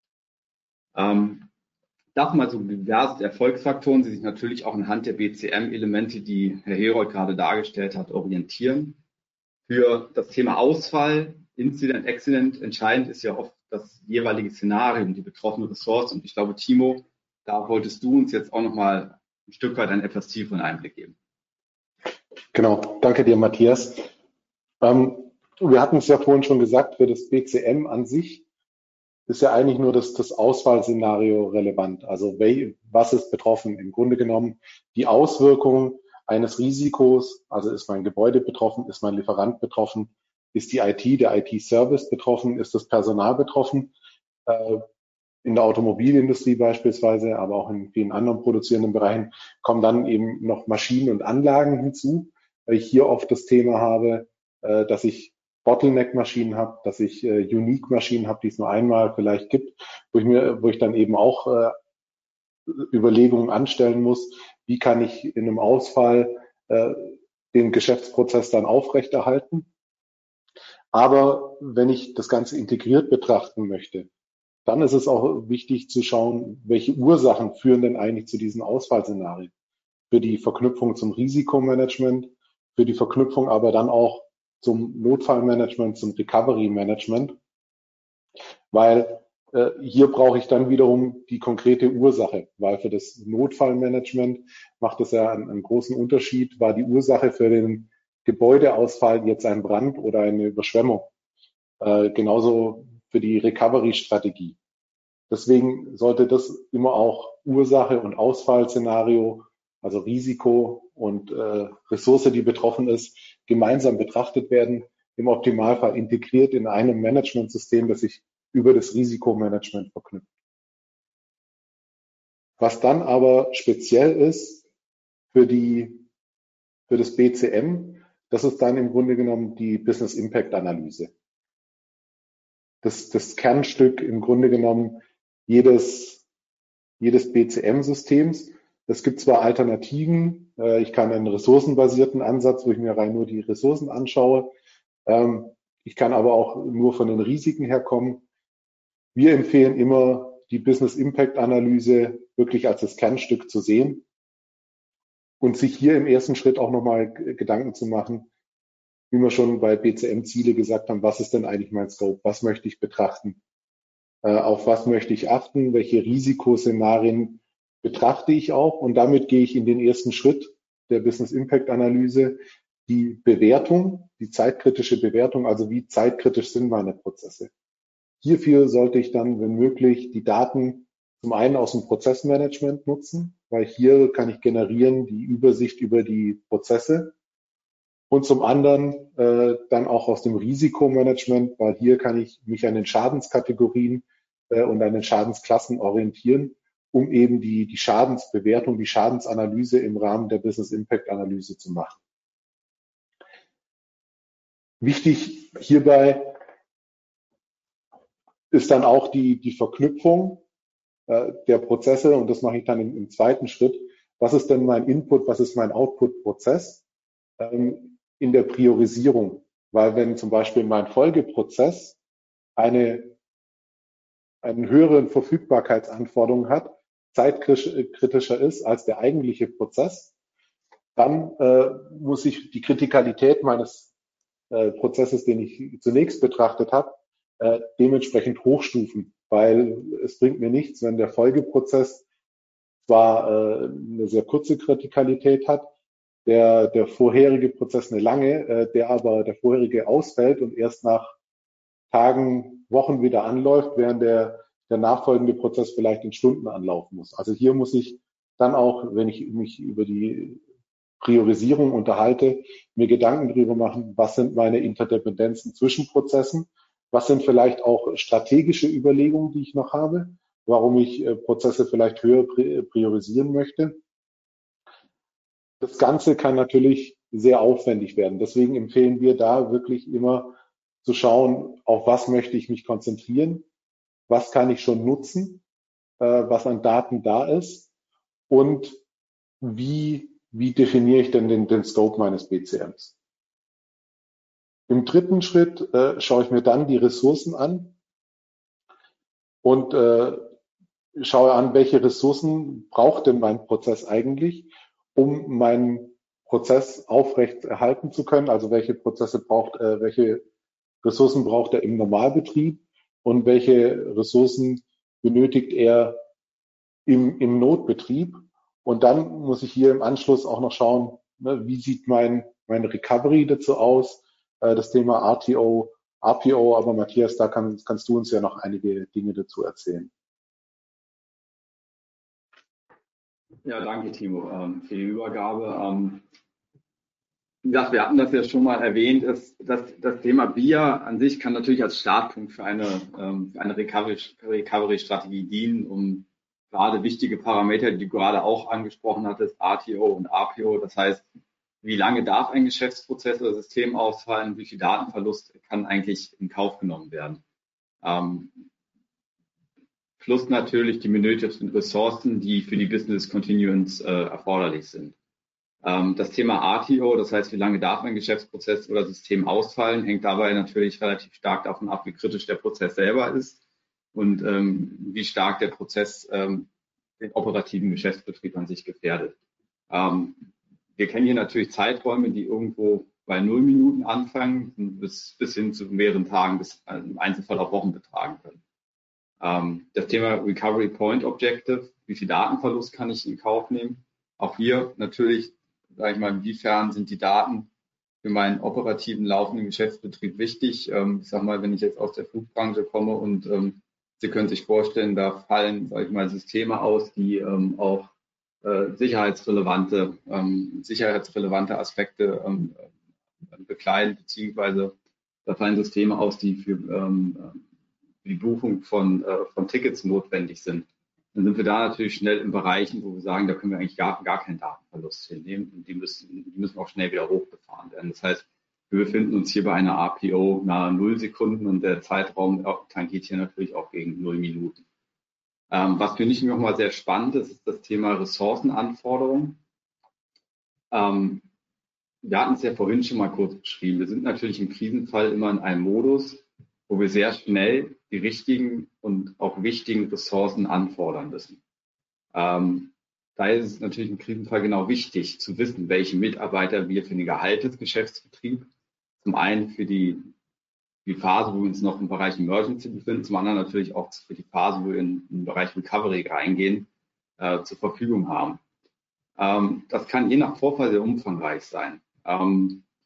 Speaker 4: Das mal so diverse Erfolgsfaktoren, die sich natürlich auch anhand der BCM-Elemente, die Herr Herold gerade dargestellt hat, orientieren. Für das Thema Ausfall, Incident, Accident, entscheidend ist ja oft das jeweilige Szenario und die betroffene Ressource. Und ich glaube, Timo, da wolltest du uns jetzt auch noch mal ein Stück weit einen etwas tieferen Einblick geben.
Speaker 3: Genau, danke dir, Matthias. Wir hatten es ja vorhin schon gesagt, für das BCM an sich ist ja eigentlich nur das Ausfallszenario relevant. Also was ist betroffen? Im Grunde genommen die Auswirkungen eines Risikos, also ist mein Gebäude betroffen, ist mein Lieferant betroffen, ist die IT, der IT-Service betroffen, ist das Personal betroffen? In der Automobilindustrie beispielsweise, aber auch in vielen anderen produzierenden Bereichen kommen dann eben noch Maschinen und Anlagen hinzu, weil ich hier oft das Thema habe, dass ich Bottleneck-Maschinen habe, dass ich Unique-Maschinen habe, die es nur einmal vielleicht gibt, wo ich dann eben auch Überlegungen anstellen muss, wie kann ich in einem Ausfall den Geschäftsprozess dann aufrechterhalten. Aber wenn ich das Ganze integriert betrachten möchte, dann ist es auch wichtig zu schauen, welche Ursachen führen denn eigentlich zu diesen Ausfallszenarien. Für die Verknüpfung zum Risikomanagement, für die Verknüpfung aber dann auch zum Notfallmanagement, zum Recovery-Management, weil hier brauche ich dann wiederum die konkrete Ursache, weil für das Notfallmanagement macht es ja einen großen Unterschied, war die Ursache für den Gebäudeausfall jetzt ein Brand oder eine Überschwemmung. Genauso für die Recovery-Strategie. Deswegen sollte das immer auch Ursache und Ausfallszenario, also Risiko und Ressource, die betroffen ist, gemeinsam betrachtet werden, im Optimalfall integriert in einem Managementsystem, das sich über das Risikomanagement verknüpft. Was dann aber speziell ist für das BCM, das ist dann im Grunde genommen die Business Impact Analyse. Das Kernstück im Grunde genommen jedes BCM-Systems. Es gibt zwar Alternativen, ich kann einen ressourcenbasierten Ansatz, wo ich mir rein nur die Ressourcen anschaue. Ich kann aber auch nur von den Risiken herkommen. Wir empfehlen immer, die Business Impact Analyse wirklich als das Kernstück zu sehen und sich hier im ersten Schritt auch nochmal Gedanken zu machen, wie wir schon bei BCM-Ziele gesagt haben, was ist denn eigentlich mein Scope, was möchte ich betrachten, auf was möchte ich achten, welche Risikoszenarien betrachte ich auch und damit gehe ich in den ersten Schritt der Business Impact Analyse, die Bewertung, die zeitkritische Bewertung, also wie zeitkritisch sind meine Prozesse. Hierfür sollte ich dann, wenn möglich, die Daten zum einen aus dem Prozessmanagement nutzen, weil hier kann ich generieren die Übersicht über die Prozesse, und zum anderen dann auch aus dem Risikomanagement, weil hier kann ich mich an den Schadenskategorien und an den Schadensklassen orientieren, um eben die Schadensbewertung, die Schadensanalyse im Rahmen der Business Impact Analyse zu machen. Wichtig hierbei ist dann auch die Verknüpfung der Prozesse, und das mache ich dann im zweiten Schritt. Was ist denn mein Input, was ist mein Output-Prozess in der Priorisierung? Weil wenn zum Beispiel mein Folgeprozess eine höhere Verfügbarkeitsanforderung hat, zeitkritischer ist als der eigentliche Prozess, dann muss ich die Kritikalität meines Prozesses, den ich zunächst betrachtet habe, dementsprechend hochstufen, weil es bringt mir nichts, wenn der Folgeprozess zwar eine sehr kurze Kritikalität hat, der vorherige Prozess eine lange, der vorherige ausfällt und erst nach Tagen, Wochen wieder anläuft, während der nachfolgende Prozess vielleicht in Stunden anlaufen muss. Also hier muss ich dann auch, wenn ich mich über die Priorisierung unterhalte, mir Gedanken darüber machen, was sind meine Interdependenzen zwischen Prozessen, was sind vielleicht auch strategische Überlegungen, die ich noch habe, warum ich Prozesse vielleicht höher priorisieren möchte. Das Ganze kann natürlich sehr aufwendig werden. Deswegen empfehlen wir da wirklich immer zu schauen, auf was möchte ich mich konzentrieren, was kann ich schon nutzen, was an Daten da ist und wie definiere ich denn den Scope meines BCMs. Im dritten Schritt schaue ich mir dann die Ressourcen an und schaue an, welche Ressourcen braucht denn mein Prozess eigentlich, um meinen Prozess aufrecht erhalten zu können. Also welche Ressourcen braucht er im Normalbetrieb und welche Ressourcen benötigt er im Notbetrieb. Und dann muss ich hier im Anschluss auch noch schauen, wie sieht mein Recovery dazu aus, das Thema RTO, RPO, aber Matthias, da kannst du uns ja noch einige Dinge dazu erzählen.
Speaker 4: Ja, danke Timo für die Übergabe. Wie gesagt, wir hatten das ja schon mal erwähnt, das Thema BIA an sich kann natürlich als Startpunkt für eine Recovery-Strategie dienen, um gerade wichtige Parameter, die du gerade auch angesprochen hattest, RTO und RPO, das heißt, wie lange darf ein Geschäftsprozess oder System ausfallen, wie viel Datenverlust kann eigentlich in Kauf genommen werden. Plus natürlich die benötigten Ressourcen, die für die Business Continuance erforderlich sind. Das Thema RTO, das heißt, wie lange darf ein Geschäftsprozess oder System ausfallen, hängt dabei natürlich relativ stark davon ab, wie kritisch der Prozess selber ist und wie stark der Prozess den operativen Geschäftsbetrieb an sich gefährdet. Wir kennen hier natürlich Zeiträume, die irgendwo bei 0 Minuten anfangen, bis hin zu mehreren Tagen, bis im Einzelfall auch Wochen betragen können. Das Thema Recovery Point Objective, wie viel Datenverlust kann ich in Kauf nehmen? Auch hier natürlich, sage ich mal, inwiefern sind die Daten für meinen operativen laufenden Geschäftsbetrieb wichtig? Ich sage mal, wenn ich jetzt aus der Flugbranche komme und Sie können sich vorstellen, da fallen, sage ich mal, Systeme aus, die auch sicherheitsrelevante Aspekte bekleiden, beziehungsweise da fallen Systeme aus, die für die Buchung von Tickets notwendig sind. Dann sind wir da natürlich schnell in Bereichen, wo wir sagen, da können wir eigentlich gar keinen Datenverlust hinnehmen und die müssen auch schnell wieder hochgefahren werden. Das heißt, wir befinden uns hier bei einer RPO nahe 0 Sekunden und der Zeitraum tangiert hier natürlich auch gegen 0 Minuten. Was finde ich nochmal sehr spannend ist, ist das Thema Ressourcenanforderungen. Wir hatten es ja vorhin schon mal kurz beschrieben. Wir sind natürlich im Krisenfall immer in einem Modus, wo wir sehr schnell die richtigen und auch wichtigen Ressourcen anfordern müssen. Daher ist es natürlich im Krisenfall genau wichtig zu wissen, welche Mitarbeiter wir für den Gehalt des Geschäftsbetriebs, zum einen für die Phase, wo wir uns noch im Bereich Emergency befinden, zum anderen natürlich auch für die Phase, wo wir in den Bereich Recovery reingehen, zur Verfügung haben. Das kann je nach Vorfall sehr umfangreich sein.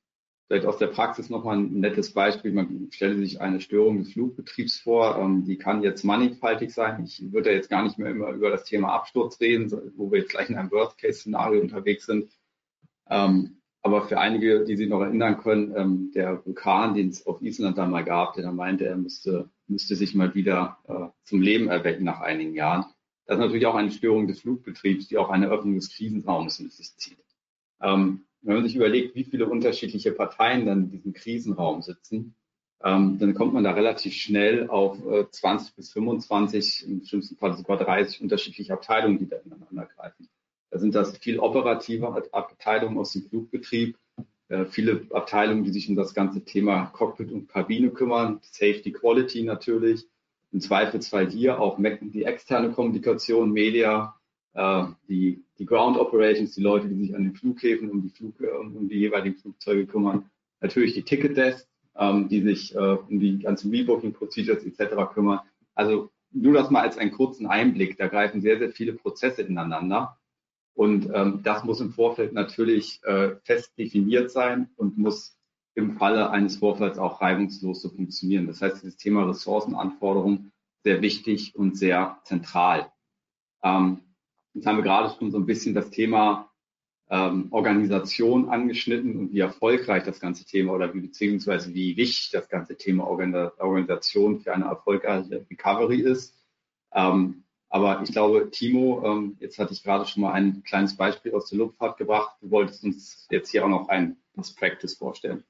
Speaker 4: Vielleicht aus der Praxis nochmal ein nettes Beispiel. Man stelle sich eine Störung des Flugbetriebs vor. Die kann jetzt mannigfaltig sein. Ich würde jetzt gar nicht mehr immer über das Thema Absturz reden, wo wir jetzt gleich in einem Worst-Case-Szenario unterwegs sind. Aber für einige, die sich noch erinnern können, der Vulkan, den es auf Island da mal gab, der dann meinte, er müsste sich mal wieder zum Leben erwecken nach einigen Jahren. Das ist natürlich auch eine Störung des Flugbetriebs, die auch eine Öffnung des Krisenraums mit sich zieht. Wenn man sich überlegt, wie viele unterschiedliche Parteien dann in diesem Krisenraum sitzen, dann kommt man da relativ schnell auf 20 bis 25, im schlimmsten Fall sogar 30 unterschiedliche Abteilungen, die da ineinander greifen. Da sind das viel operative Abteilungen aus dem Flugbetrieb, viele Abteilungen, die sich um das ganze Thema Cockpit und Kabine kümmern, Safety Quality natürlich, im Zweifelsfall hier auch die externe Kommunikation, Media, die Ground Operations, die Leute, die sich an den Flughäfen um die jeweiligen Flugzeuge kümmern, natürlich die Ticket Desk, die sich um die ganzen Rebooking Procedures etc. kümmern. Also nur das mal als einen kurzen Einblick, da greifen sehr, sehr viele Prozesse ineinander und das muss im Vorfeld natürlich fest definiert sein und muss im Falle eines Vorfalls auch reibungslos so funktionieren. Das heißt, dieses Thema Ressourcenanforderungen sehr wichtig und sehr zentral. Jetzt haben wir gerade schon so ein bisschen das Thema Organisation angeschnitten und wie erfolgreich das ganze Thema oder beziehungsweise wie wichtig das ganze Thema Organisation für eine erfolgreiche Recovery ist. Aber ich glaube, Timo, jetzt hatte ich gerade schon mal ein kleines Beispiel aus der Luftfahrt gebracht. Du wolltest uns jetzt hier auch noch ein Best Practice vorstellen.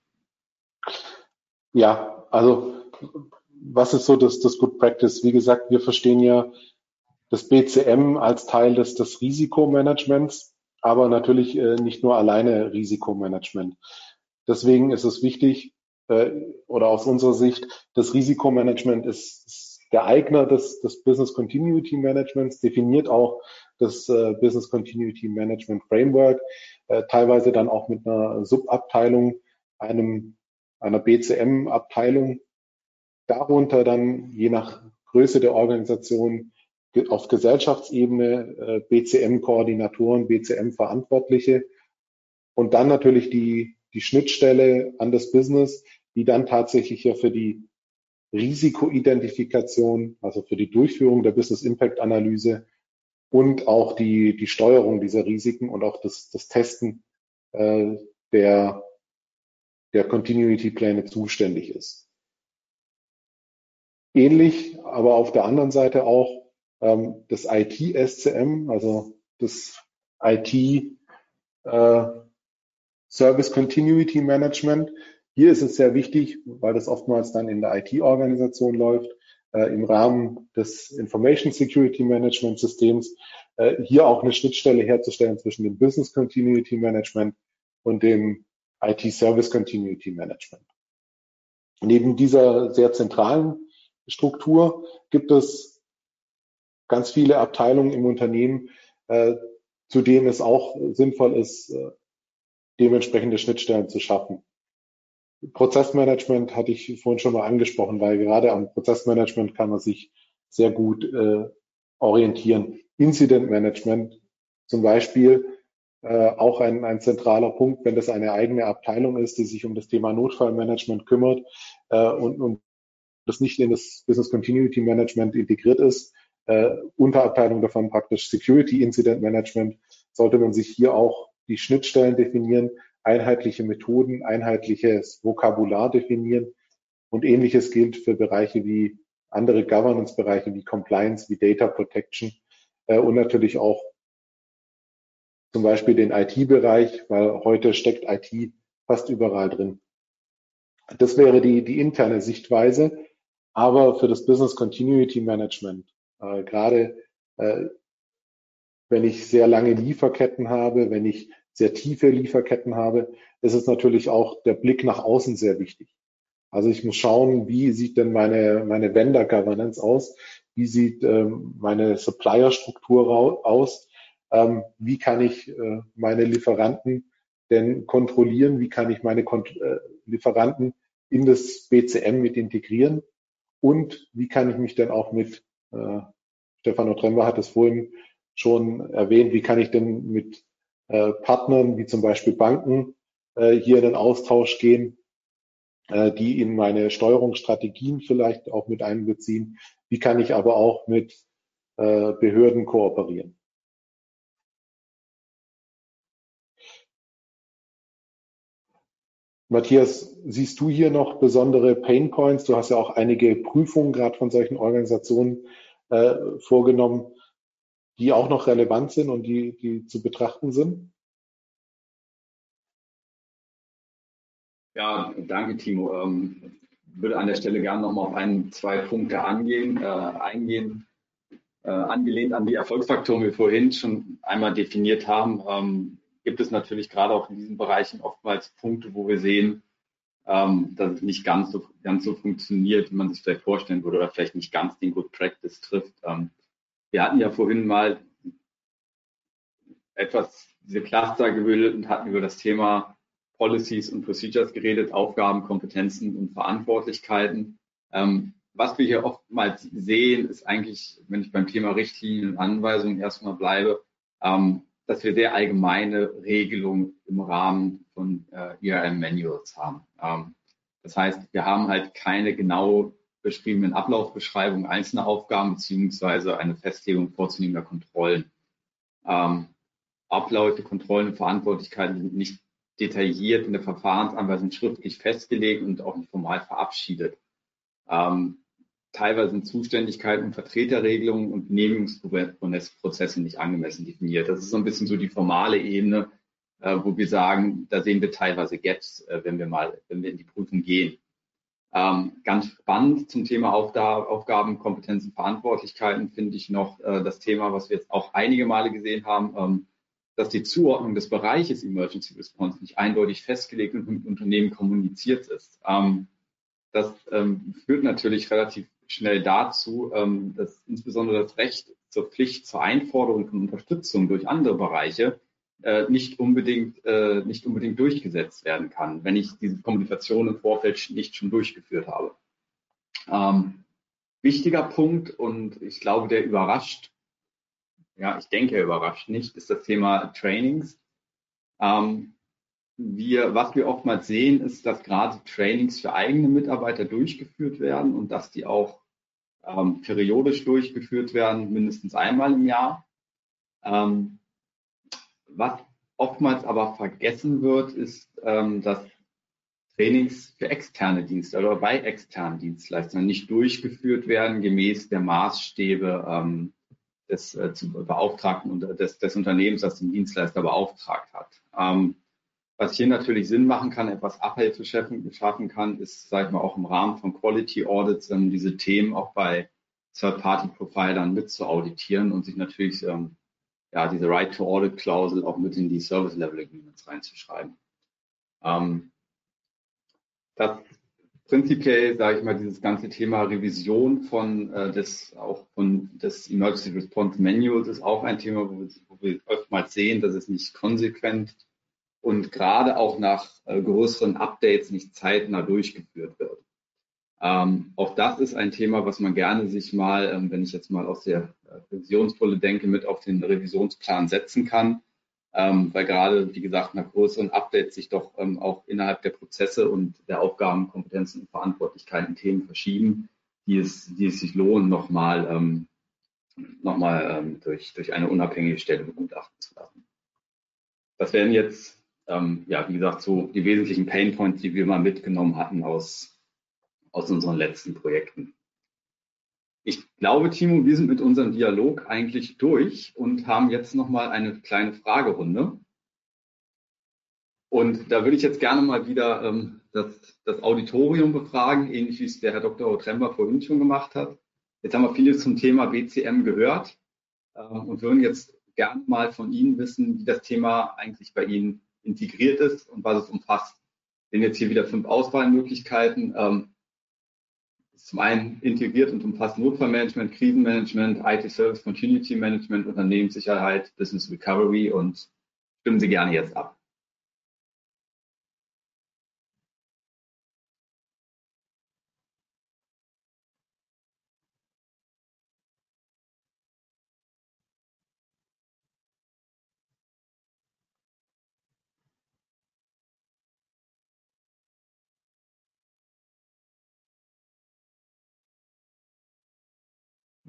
Speaker 3: Ja, also was ist so das Good Practice? Wie gesagt, wir verstehen ja das BCM als Teil des Risikomanagements, aber natürlich nicht nur alleine Risikomanagement. Deswegen ist es wichtig, oder aus unserer Sicht, das Risikomanagement ist der Eigner des Business Continuity Managements, definiert auch das Business Continuity Management Framework, teilweise dann auch mit einer Subabteilung, einer BCM-Abteilung, darunter dann je nach Größe der Organisation auf Gesellschaftsebene BCM-Koordinatoren, BCM-Verantwortliche und dann natürlich die Schnittstelle an das Business, die dann tatsächlich ja für die Risikoidentifikation, also für die Durchführung der Business-Impact-Analyse und auch die Steuerung dieser Risiken und auch das Testen der Continuity-Pläne zuständig ist. Ähnlich, aber auf der anderen Seite auch das IT-SCM, also das IT Service Continuity Management. Hier ist es sehr wichtig, weil das oftmals dann in der IT-Organisation läuft, im Rahmen des Information Security Management Systems, hier auch eine Schnittstelle herzustellen zwischen dem Business Continuity Management und dem IT Service Continuity Management. Neben dieser sehr zentralen Struktur gibt es ganz viele Abteilungen im Unternehmen, zu denen es auch sinnvoll ist, dementsprechende Schnittstellen zu schaffen. Prozessmanagement hatte ich vorhin schon mal angesprochen, weil gerade am Prozessmanagement kann man sich sehr gut orientieren. Incident Management zum Beispiel, auch ein zentraler Punkt, wenn das eine eigene Abteilung ist, die sich um das Thema Notfallmanagement kümmert und das nicht in das Business Continuity Management integriert ist, Unterabteilung davon praktisch Security Incident Management, sollte man sich hier auch die Schnittstellen definieren, einheitliche Methoden, einheitliches Vokabular definieren und Ähnliches gilt für Bereiche wie andere Governance-Bereiche wie Compliance, wie Data Protection und natürlich auch zum Beispiel den IT-Bereich, weil heute steckt IT fast überall drin. Das wäre die interne Sichtweise, aber für das Business Continuity Management, gerade wenn ich sehr lange Lieferketten habe, wenn ich sehr tiefe Lieferketten habe, ist es natürlich auch der Blick nach außen sehr wichtig. Also ich muss schauen, wie sieht denn meine Vendor Governance aus? Wie sieht meine Supplier-Struktur aus? Wie kann ich meine Lieferanten denn kontrollieren? Wie kann ich meine Lieferanten in das BCM mit integrieren? Und wie kann ich mich denn auch mit, Stefano Trember hat es vorhin schon erwähnt, wie kann ich denn mit Partnern wie zum Beispiel Banken hier in den Austausch gehen, die in meine Steuerungsstrategien vielleicht auch mit einbeziehen. Wie kann ich aber auch mit Behörden kooperieren? Matthias, siehst du hier noch besondere Pain Points? Du hast ja auch einige Prüfungen gerade von solchen Organisationen vorgenommen, die auch noch relevant sind und die zu betrachten sind?
Speaker 4: Ja, danke, Timo. Würde an der Stelle gerne noch mal auf zwei Punkte eingehen. Angelehnt an die Erfolgsfaktoren, die wir vorhin schon einmal definiert haben, gibt es natürlich gerade auch in diesen Bereichen oftmals Punkte, wo wir sehen, dass es nicht ganz so funktioniert, wie man sich vielleicht vorstellen würde oder vielleicht nicht ganz den Good Practice trifft. Wir hatten ja vorhin mal diese Cluster gebildet und hatten über das Thema Policies und Procedures geredet, Aufgaben, Kompetenzen und Verantwortlichkeiten. Was wir hier oftmals sehen, ist eigentlich, wenn ich beim Thema Richtlinien und Anweisungen erstmal bleibe, dass wir sehr allgemeine Regelungen im Rahmen von ERM-Manuals haben. Das heißt, wir haben halt keine genau beschriebenen Ablaufbeschreibungen einzelner Aufgaben beziehungsweise eine Festlegung vorzunehmender Kontrollen. Abläufe, Kontrollen und Verantwortlichkeiten sind nicht detailliert in der Verfahrensanweisung schriftlich festgelegt und auch nicht formal verabschiedet. Teilweise sind Zuständigkeiten und Vertreterregelungen und Genehmigungsprozesse nicht angemessen definiert. Das ist so ein bisschen so die formale Ebene, wo wir sagen, da sehen wir teilweise Gaps, wenn wir in die Prüfung gehen. Ganz spannend zum Thema Aufgaben, Kompetenzen, Verantwortlichkeiten finde ich noch das Thema, was wir jetzt auch einige Male gesehen haben, dass die Zuordnung des Bereiches Emergency Response nicht eindeutig festgelegt und mit Unternehmen kommuniziert ist. Das führt natürlich relativ schnell dazu, dass insbesondere das Recht zur Pflicht zur Einforderung von Unterstützung durch andere Bereiche nicht unbedingt durchgesetzt werden kann, wenn ich diese Kommunikation im Vorfeld nicht schon durchgeführt habe. Wichtiger Punkt, und ich glaube, der überrascht, ich denke, er überrascht nicht, ist das Thema Trainings. Was wir oftmals sehen, ist, dass gerade Trainings für eigene Mitarbeiter durchgeführt werden und dass die auch periodisch durchgeführt werden, mindestens einmal im Jahr. Was oftmals aber vergessen wird, ist, dass Trainings für externe Dienstleister oder bei externen Dienstleistern nicht durchgeführt werden, gemäß der Maßstäbe des Beauftragten und des Unternehmens, das den Dienstleister beauftragt hat. Was hier natürlich Sinn machen kann, etwas Abhilfe schaffen kann, ist, sage ich mal, auch im Rahmen von Quality Audits diese Themen auch bei Third-Party-Providern mit zu auditieren und sich natürlich diese Right-to-Audit-Klausel auch mit in die Service-Level-Agreements reinzuschreiben. Das prinzipiell, sage ich mal, dieses ganze Thema Revision des Emergency Response Manuals ist auch ein Thema, wo wir oftmals sehen, dass es nicht konsequent und gerade auch nach größeren Updates nicht zeitnah durchgeführt wird. Auch das ist ein Thema, was man gerne sich mal, wenn ich jetzt mal aus der Revisionsbrille denke, mit auf den Revisionsplan setzen kann, weil gerade, wie gesagt, nach größeren Updates sich doch auch innerhalb der Prozesse und der Aufgaben, Kompetenzen und Verantwortlichkeiten Themen verschieben, die es sich lohnen, nochmal durch eine unabhängige Stelle begutachten zu lassen. Das wären jetzt, wie gesagt, so die wesentlichen Pain Points, die wir mal mitgenommen hatten aus unseren letzten Projekten. Ich glaube, Timo, wir sind mit unserem Dialog eigentlich durch und haben jetzt nochmal eine kleine Fragerunde. Und da würde ich jetzt gerne mal wieder das Auditorium befragen, ähnlich wie es der Herr Dr. Trember vorhin schon gemacht hat. Jetzt haben wir vieles zum Thema BCM gehört und würden jetzt gerne mal von Ihnen wissen, wie das Thema eigentlich bei Ihnen integriert ist und was es umfasst. Wir sehen jetzt hier wieder 5 Auswahlmöglichkeiten. Zum einen integriert und umfasst Notfallmanagement, Krisenmanagement, IT Service Continuity Management, Unternehmenssicherheit, Business Recovery und stimmen Sie gerne jetzt ab.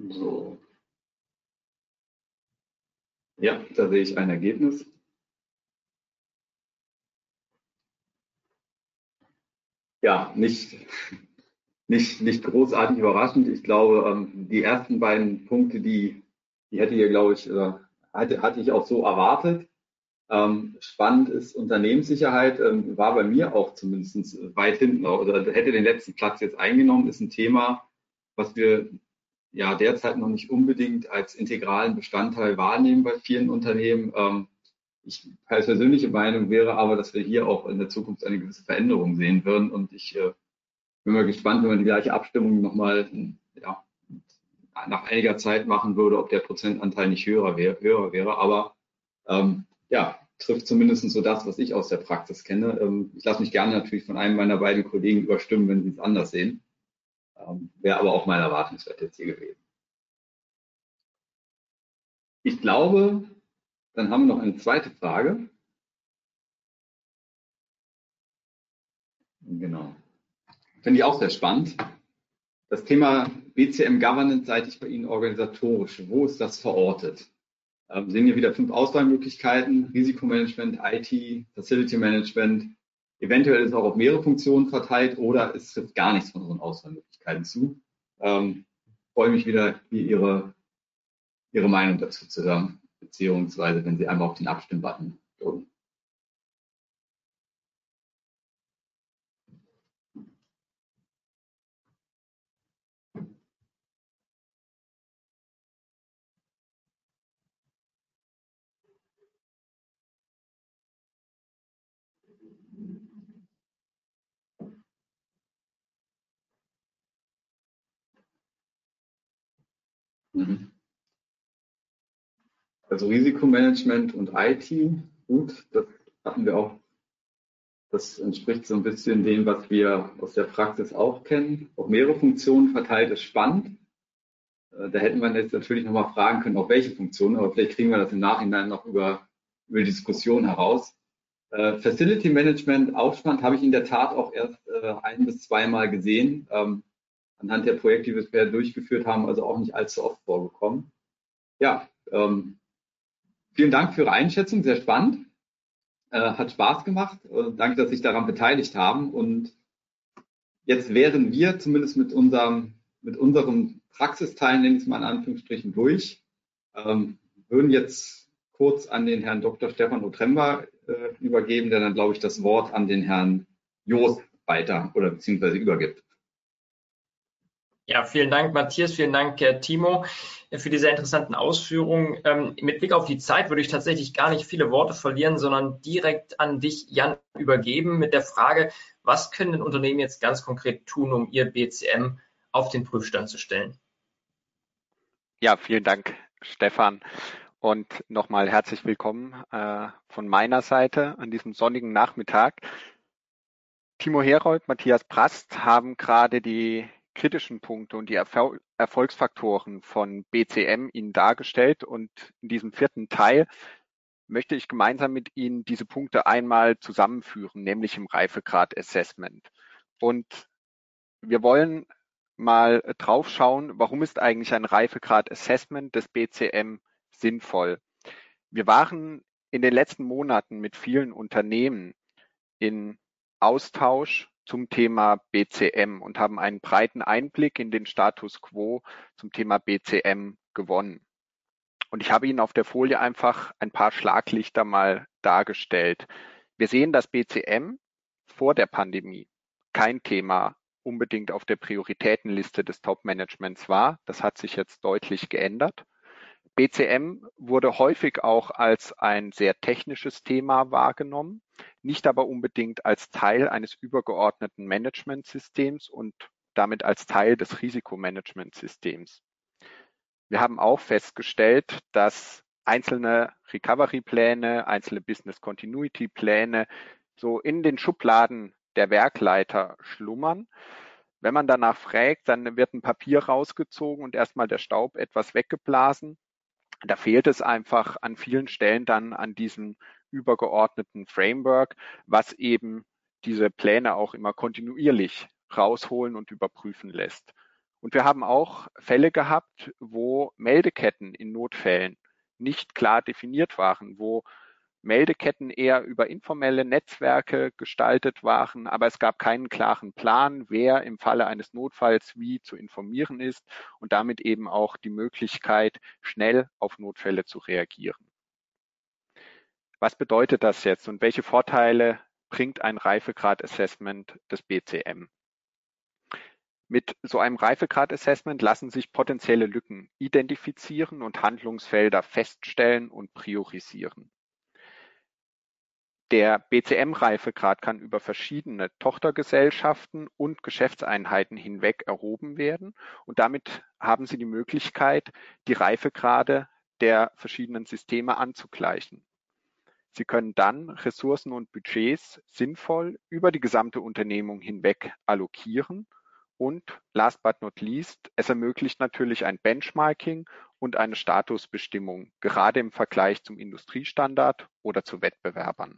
Speaker 4: So. Ja, da sehe ich ein Ergebnis. Ja, nicht großartig überraschend. Ich glaube, die ersten beiden Punkte, die hätte ihr, glaube ich, hatte ich auch so erwartet. Spannend ist Unternehmenssicherheit, war bei mir auch zumindest weit hinten, oder hätte den letzten Platz jetzt eingenommen, ist ein Thema, was wir ja derzeit noch nicht unbedingt als integralen Bestandteil wahrnehmen bei vielen Unternehmen. Ich als persönliche Meinung wäre aber, dass wir hier auch in der Zukunft eine gewisse Veränderung sehen würden, und ich bin mal gespannt, wenn man die gleiche Abstimmung nochmal ja, nach einiger Zeit machen würde, ob der Prozentanteil nicht höher wäre. Aber ja, trifft zumindest so das, was ich aus der Praxis kenne. Ich lasse mich gerne natürlich von einem meiner beiden Kollegen überstimmen, wenn sie es anders sehen. Wäre aber auch mein Erwartungswert jetzt hier gewesen. Ich glaube, dann haben wir noch eine zweite Frage. Genau. Finde ich auch sehr spannend. Das Thema BCM Governance seitig bei Ihnen organisatorisch. Wo ist das verortet? Sehen wir wieder 5 Auswahlmöglichkeiten: Risikomanagement, IT, Facility Management. Eventuell ist es auch auf mehrere Funktionen verteilt oder es trifft gar nichts von unseren Auswahlmöglichkeiten zu. Freue mich wieder, hier Ihre Meinung dazu zu hören, beziehungsweise wenn Sie einmal auf den Abstimmbutton drücken. Also Risikomanagement und IT, gut, das hatten wir auch. Das entspricht so ein bisschen dem, was wir aus der Praxis auch kennen. Auf mehrere Funktionen verteilt ist spannend. Da hätten wir jetzt natürlich nochmal fragen können, auf welche Funktionen, aber vielleicht kriegen wir das im Nachhinein noch über die Diskussion heraus. Facility Management, auch spannend, habe ich in der Tat auch erst 1- bis 2-mal gesehen. Anhand der Projekte, die wir bisher durchgeführt haben, also auch nicht allzu oft vorgekommen. Ja, vielen Dank für Ihre Einschätzung, sehr spannend. Hat Spaß gemacht. Danke, dass Sie sich daran beteiligt haben. Und jetzt wären wir zumindest mit unserem Praxisteil, nenne ich es mal in Anführungsstrichen, durch. Würden jetzt kurz an den Herrn Dr. Stefan Otremba übergeben, der dann, glaube ich, das Wort an den Herrn Jost weiter oder beziehungsweise übergibt.
Speaker 2: Ja, vielen Dank, Matthias, vielen Dank, Timo, für diese interessanten Ausführungen. Mit Blick auf die Zeit würde ich tatsächlich gar nicht viele Worte verlieren, sondern direkt an dich, Jan, übergeben mit der Frage, was können denn Unternehmen jetzt ganz konkret tun, um ihr BCM auf den Prüfstand zu stellen?
Speaker 5: Ja, vielen Dank, Stefan. Und nochmal herzlich willkommen von meiner Seite an diesem sonnigen Nachmittag. Timo Herold, Matthias Prast haben gerade die kritischen Punkte und die Erfolgsfaktoren von BCM Ihnen dargestellt. Und in diesem 4. Teil möchte ich gemeinsam mit Ihnen diese Punkte einmal zusammenführen, nämlich im Reifegrad-Assessment. Und wir wollen mal drauf schauen, warum ist eigentlich ein Reifegrad-Assessment des BCM sinnvoll? Wir waren in den letzten Monaten mit vielen Unternehmen in Austausch zum Thema BCM und haben einen breiten Einblick in den Status quo zum Thema BCM gewonnen. Und ich habe Ihnen auf der Folie einfach ein paar Schlaglichter mal dargestellt. Wir sehen, dass BCM vor der Pandemie kein Thema unbedingt auf der Prioritätenliste des Top-Managements war. Das hat sich jetzt deutlich geändert. BCM wurde häufig auch als ein sehr technisches Thema wahrgenommen, nicht aber unbedingt als Teil eines übergeordneten Managementsystems und damit als Teil des Risikomanagementsystems. Wir haben auch festgestellt, dass einzelne Recovery-Pläne, einzelne Business-Continuity-Pläne so in den Schubladen der Werkleiter schlummern. Wenn man danach fragt, dann wird ein Papier rausgezogen und erstmal der Staub etwas weggeblasen. Da fehlt es einfach an vielen Stellen dann an diesem übergeordneten Framework, was eben diese Pläne auch immer kontinuierlich rausholen und überprüfen lässt. Und wir haben auch Fälle gehabt, wo Meldeketten in Notfällen nicht klar definiert waren, wo Meldeketten eher über informelle Netzwerke gestaltet waren, aber es gab keinen klaren Plan, wer im Falle eines Notfalls wie zu informieren ist und damit eben auch die Möglichkeit, schnell auf Notfälle zu reagieren. Was bedeutet das jetzt und welche Vorteile bringt ein Reifegrad-Assessment des BCM? Mit so einem Reifegrad-Assessment lassen sich potenzielle Lücken identifizieren und Handlungsfelder feststellen und priorisieren. Der BCM-Reifegrad kann über verschiedene Tochtergesellschaften und Geschäftseinheiten hinweg erhoben werden und damit haben Sie die Möglichkeit, die Reifegrade der verschiedenen Systeme anzugleichen. Sie können dann Ressourcen und Budgets sinnvoll über die gesamte Unternehmung hinweg allokieren und last but not least, es ermöglicht natürlich ein Benchmarking und eine Statusbestimmung, gerade im Vergleich zum Industriestandard oder zu Wettbewerbern.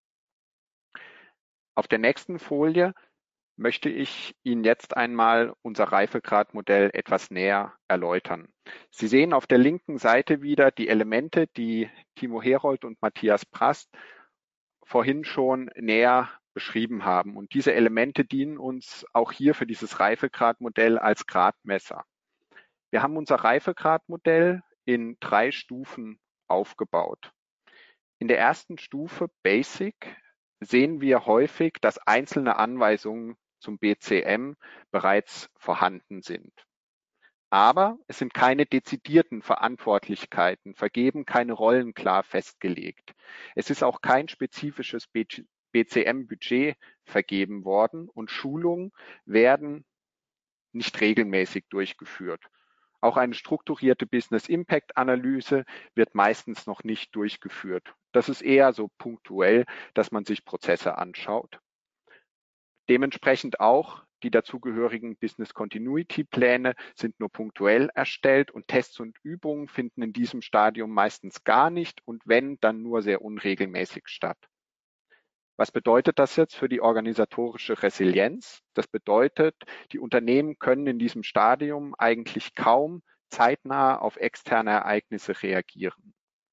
Speaker 5: Auf der nächsten Folie möchte ich Ihnen jetzt einmal unser Reifegradmodell etwas näher erläutern. Sie sehen auf der linken Seite wieder die Elemente, die Timo Herold und Matthias Prast vorhin schon näher beschrieben haben. Und diese Elemente dienen uns auch hier für dieses Reifegradmodell als Gradmesser. Wir haben unser Reifegradmodell in 3 Stufen aufgebaut. In der ersten Stufe Basic sehen wir häufig, dass einzelne Anweisungen zum BCM bereits vorhanden sind. Aber es sind keine dezidierten Verantwortlichkeiten vergeben, keine Rollen klar festgelegt. Es ist auch kein spezifisches BCM-Budget vergeben worden und Schulungen werden nicht regelmäßig durchgeführt. Auch eine strukturierte Business-Impact-Analyse wird meistens noch nicht durchgeführt. Das ist eher so punktuell, dass man sich Prozesse anschaut. Dementsprechend auch die dazugehörigen Business-Continuity-Pläne sind nur punktuell erstellt und Tests und Übungen finden in diesem Stadium meistens gar nicht und wenn, dann nur sehr unregelmäßig statt. Was bedeutet das jetzt für die organisatorische Resilienz? Das bedeutet, die Unternehmen können in diesem Stadium eigentlich kaum zeitnah auf externe Ereignisse reagieren.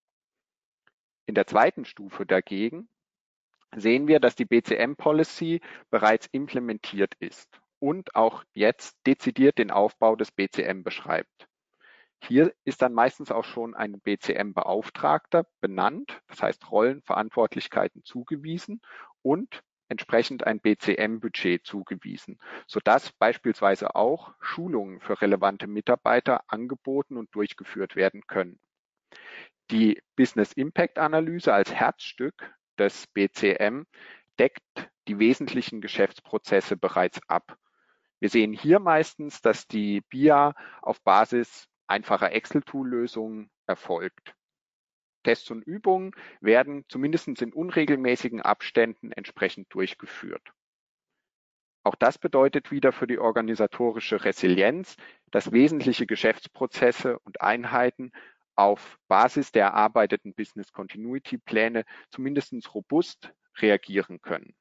Speaker 5: In der zweiten Stufe dagegen sehen wir, dass die BCM-Policy bereits implementiert ist und auch jetzt dezidiert den Aufbau des BCM beschreibt. Hier ist dann meistens auch schon ein BCM-Beauftragter benannt, das heißt Rollen, Verantwortlichkeiten zugewiesen und entsprechend ein BCM-Budget zugewiesen, sodass beispielsweise auch Schulungen für relevante Mitarbeiter angeboten und durchgeführt werden können. Die Business-Impact-Analyse als Herzstück des BCM deckt die wesentlichen Geschäftsprozesse bereits ab. Wir sehen hier meistens, dass die BIA auf Basis einfacher Excel-Tool-Lösungen erfolgt. Tests und Übungen werden zumindest in unregelmäßigen Abständen entsprechend durchgeführt. Auch das bedeutet wieder für die organisatorische Resilienz, dass wesentliche Geschäftsprozesse und Einheiten auf Basis der erarbeiteten Business Continuity Pläne zumindest robust reagieren können.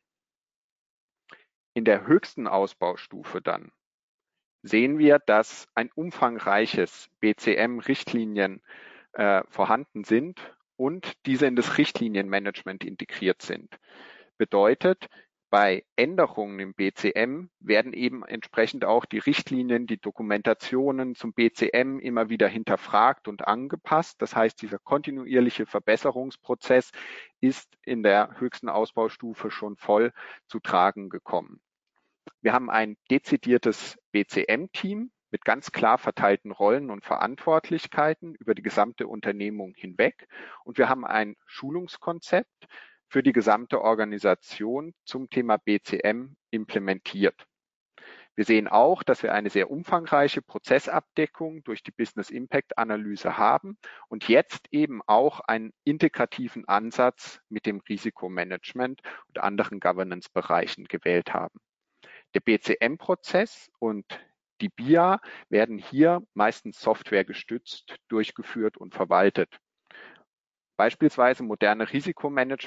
Speaker 5: In der höchsten Ausbaustufe dann sehen wir, dass ein umfangreiches BCM-Richtlinien vorhanden sind und diese in das Richtlinienmanagement integriert sind. Bedeutet, bei Änderungen im BCM werden eben entsprechend auch die Richtlinien, die Dokumentationen zum BCM immer wieder hinterfragt und angepasst. Das heißt, dieser kontinuierliche Verbesserungsprozess ist in der höchsten Ausbaustufe schon voll zu tragen gekommen. Wir haben ein dezidiertes BCM-Team mit ganz klar verteilten Rollen und Verantwortlichkeiten über die gesamte Unternehmung hinweg. Und wir haben ein Schulungskonzept für die gesamte Organisation zum Thema BCM implementiert. Wir sehen auch, dass wir eine sehr umfangreiche Prozessabdeckung durch die Business Impact Analyse haben und jetzt eben auch einen integrativen Ansatz mit dem Risikomanagement und anderen Governance-Bereichen gewählt haben. Der BCM-Prozess und die BIA werden hier meistens softwaregestützt durchgeführt und verwaltet. Beispielsweise moderne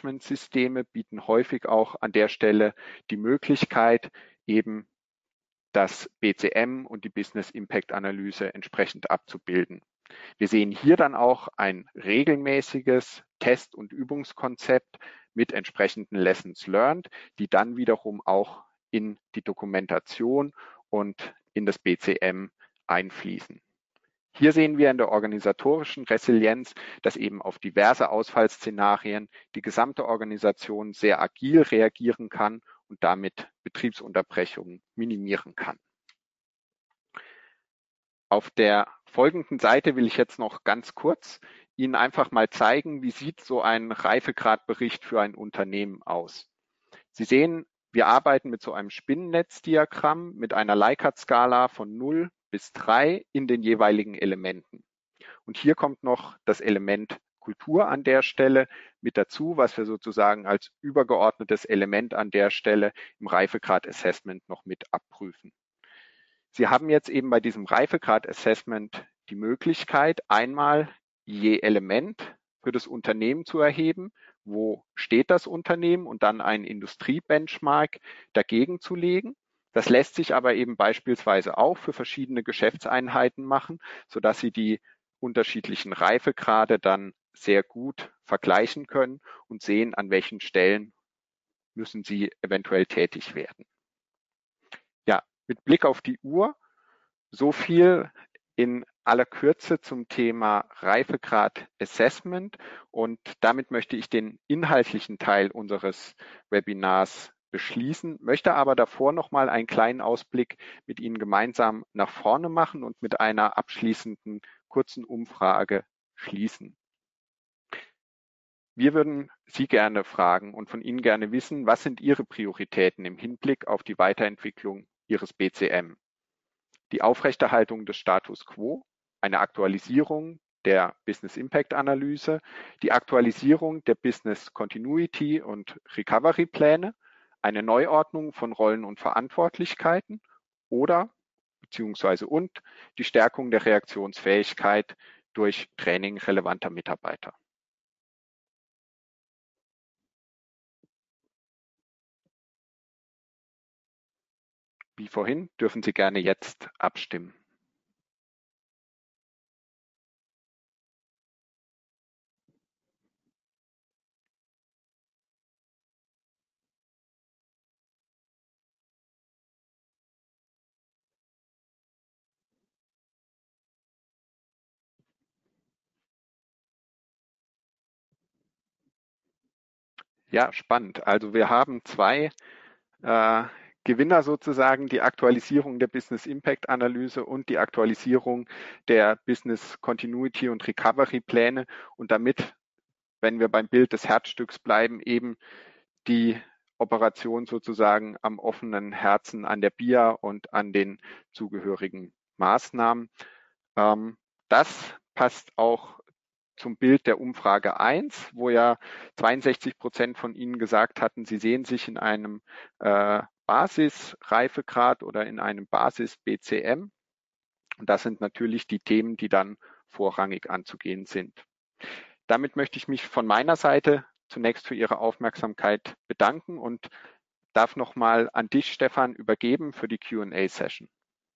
Speaker 5: Risikomanagementsysteme bieten häufig auch an der Stelle die Möglichkeit, eben das BCM und die Business Impact Analyse entsprechend abzubilden. Wir sehen hier dann auch ein regelmäßiges Test- und Übungskonzept mit entsprechenden Lessons learned, die dann wiederum auch in die Dokumentation und in das BCM einfließen. Hier sehen wir in der organisatorischen Resilienz, dass eben auf diverse Ausfallszenarien die gesamte Organisation sehr agil reagieren kann und damit Betriebsunterbrechungen minimieren kann. Auf der folgenden Seite will ich jetzt noch ganz kurz Ihnen einfach mal zeigen, wie sieht so ein Reifegradbericht für ein Unternehmen aus. Sie sehen, wir arbeiten mit so einem Spinnennetzdiagramm mit einer Likert-Skala von 0 bis 3 in den jeweiligen Elementen. Und hier kommt noch das Element Kultur an der Stelle mit dazu, was wir sozusagen als übergeordnetes Element an der Stelle im Reifegrad-Assessment noch mit abprüfen. Sie haben jetzt eben bei diesem Reifegrad-Assessment die Möglichkeit, einmal je Element für das Unternehmen zu erheben, wo steht das Unternehmen und dann einen Industriebenchmark dagegen zu legen. Das lässt sich aber eben beispielsweise auch für verschiedene Geschäftseinheiten machen, sodass Sie die unterschiedlichen Reifegrade dann sehr gut vergleichen können und sehen, an welchen Stellen müssen Sie eventuell tätig werden. Ja, mit Blick auf die Uhr, so viel in aller Kürze zum Thema Reifegrad Assessment und damit möchte ich den inhaltlichen Teil unseres Webinars beschließen, möchte aber davor noch mal einen kleinen Ausblick mit Ihnen gemeinsam nach vorne machen und mit einer abschließenden kurzen Umfrage schließen. Wir würden Sie gerne fragen und von Ihnen gerne wissen, was sind Ihre Prioritäten im Hinblick auf die Weiterentwicklung Ihres BCM? Die Aufrechterhaltung des Status quo, eine Aktualisierung der Business Impact Analyse, die Aktualisierung der Business Continuity und Recovery Pläne, eine Neuordnung von Rollen und Verantwortlichkeiten oder beziehungsweise und die Stärkung der Reaktionsfähigkeit durch Training relevanter Mitarbeiter. Wie vorhin dürfen Sie gerne jetzt abstimmen. Ja, spannend. Also wir haben zwei Gewinner sozusagen, die Aktualisierung der Business Impact Analyse und die Aktualisierung der Business Continuity und Recovery Pläne und damit, wenn wir beim Bild des Herzstücks bleiben, eben die Operation sozusagen am offenen Herzen an der BIA und an den zugehörigen Maßnahmen. Das passt auch zum Bild der Umfrage 1, wo ja 62% von Ihnen gesagt hatten, sie sehen sich in einem Basisreifegrad oder in einem Basis-BCM. Und das sind natürlich die Themen, die dann vorrangig anzugehen sind. Damit möchte ich mich von meiner Seite zunächst für Ihre Aufmerksamkeit bedanken und darf nochmal an dich, Stefan, übergeben für die Q&A-Session.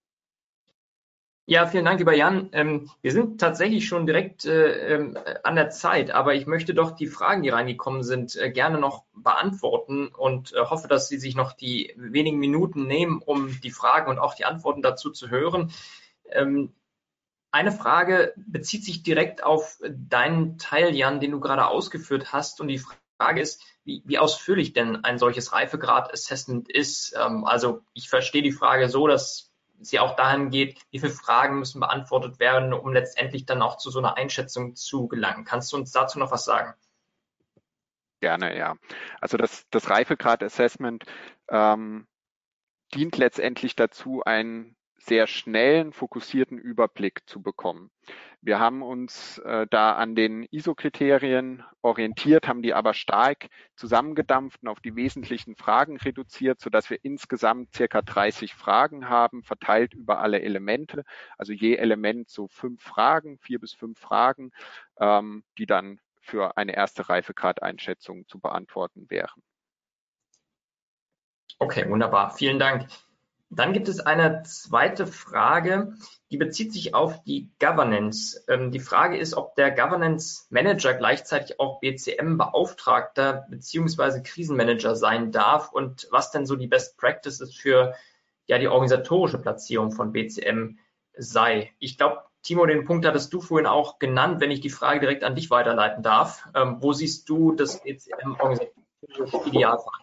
Speaker 2: Ja, vielen Dank, lieber Jan. Wir sind tatsächlich schon direkt an der Zeit, aber ich möchte doch die Fragen, die reingekommen sind, gerne noch beantworten und hoffe, dass Sie sich noch die wenigen Minuten nehmen, um die Fragen und auch die Antworten dazu zu hören. Eine Frage bezieht sich direkt auf deinen Teil, Jan, den du gerade ausgeführt hast. Und die Frage ist, wie ausführlich denn ein solches Reifegrad-Assessment ist. Also ich verstehe die Frage so, dass sie auch dahin geht, wie viele Fragen müssen beantwortet werden, um letztendlich dann auch zu so einer Einschätzung zu gelangen. Kannst du uns dazu noch was sagen?
Speaker 5: Gerne, ja. Also das Reifegrad-Assessment dient letztendlich dazu, einen sehr schnellen, fokussierten Überblick zu bekommen. Wir haben uns da an den ISO-Kriterien orientiert, haben die aber stark zusammengedampft und auf die wesentlichen Fragen reduziert, sodass wir insgesamt circa 30 Fragen haben, verteilt über alle Elemente. Also je Element so 5 Fragen, 4 bis 5 Fragen, die dann für eine erste Reifegradeinschätzung zu beantworten wären.
Speaker 2: Okay, wunderbar. Vielen Dank. Dann gibt es eine zweite Frage, die bezieht sich auf die Governance. Die Frage ist, ob der Governance Manager gleichzeitig auch BCM-Beauftragter bzw. Krisenmanager sein darf und was denn so die Best Practices für die organisatorische Platzierung von BCM sei. Ich glaube, Timo, den Punkt hattest du vorhin auch genannt, wenn ich die Frage direkt an dich weiterleiten darf. Wo siehst du das BCM-organisatorische Idealfall?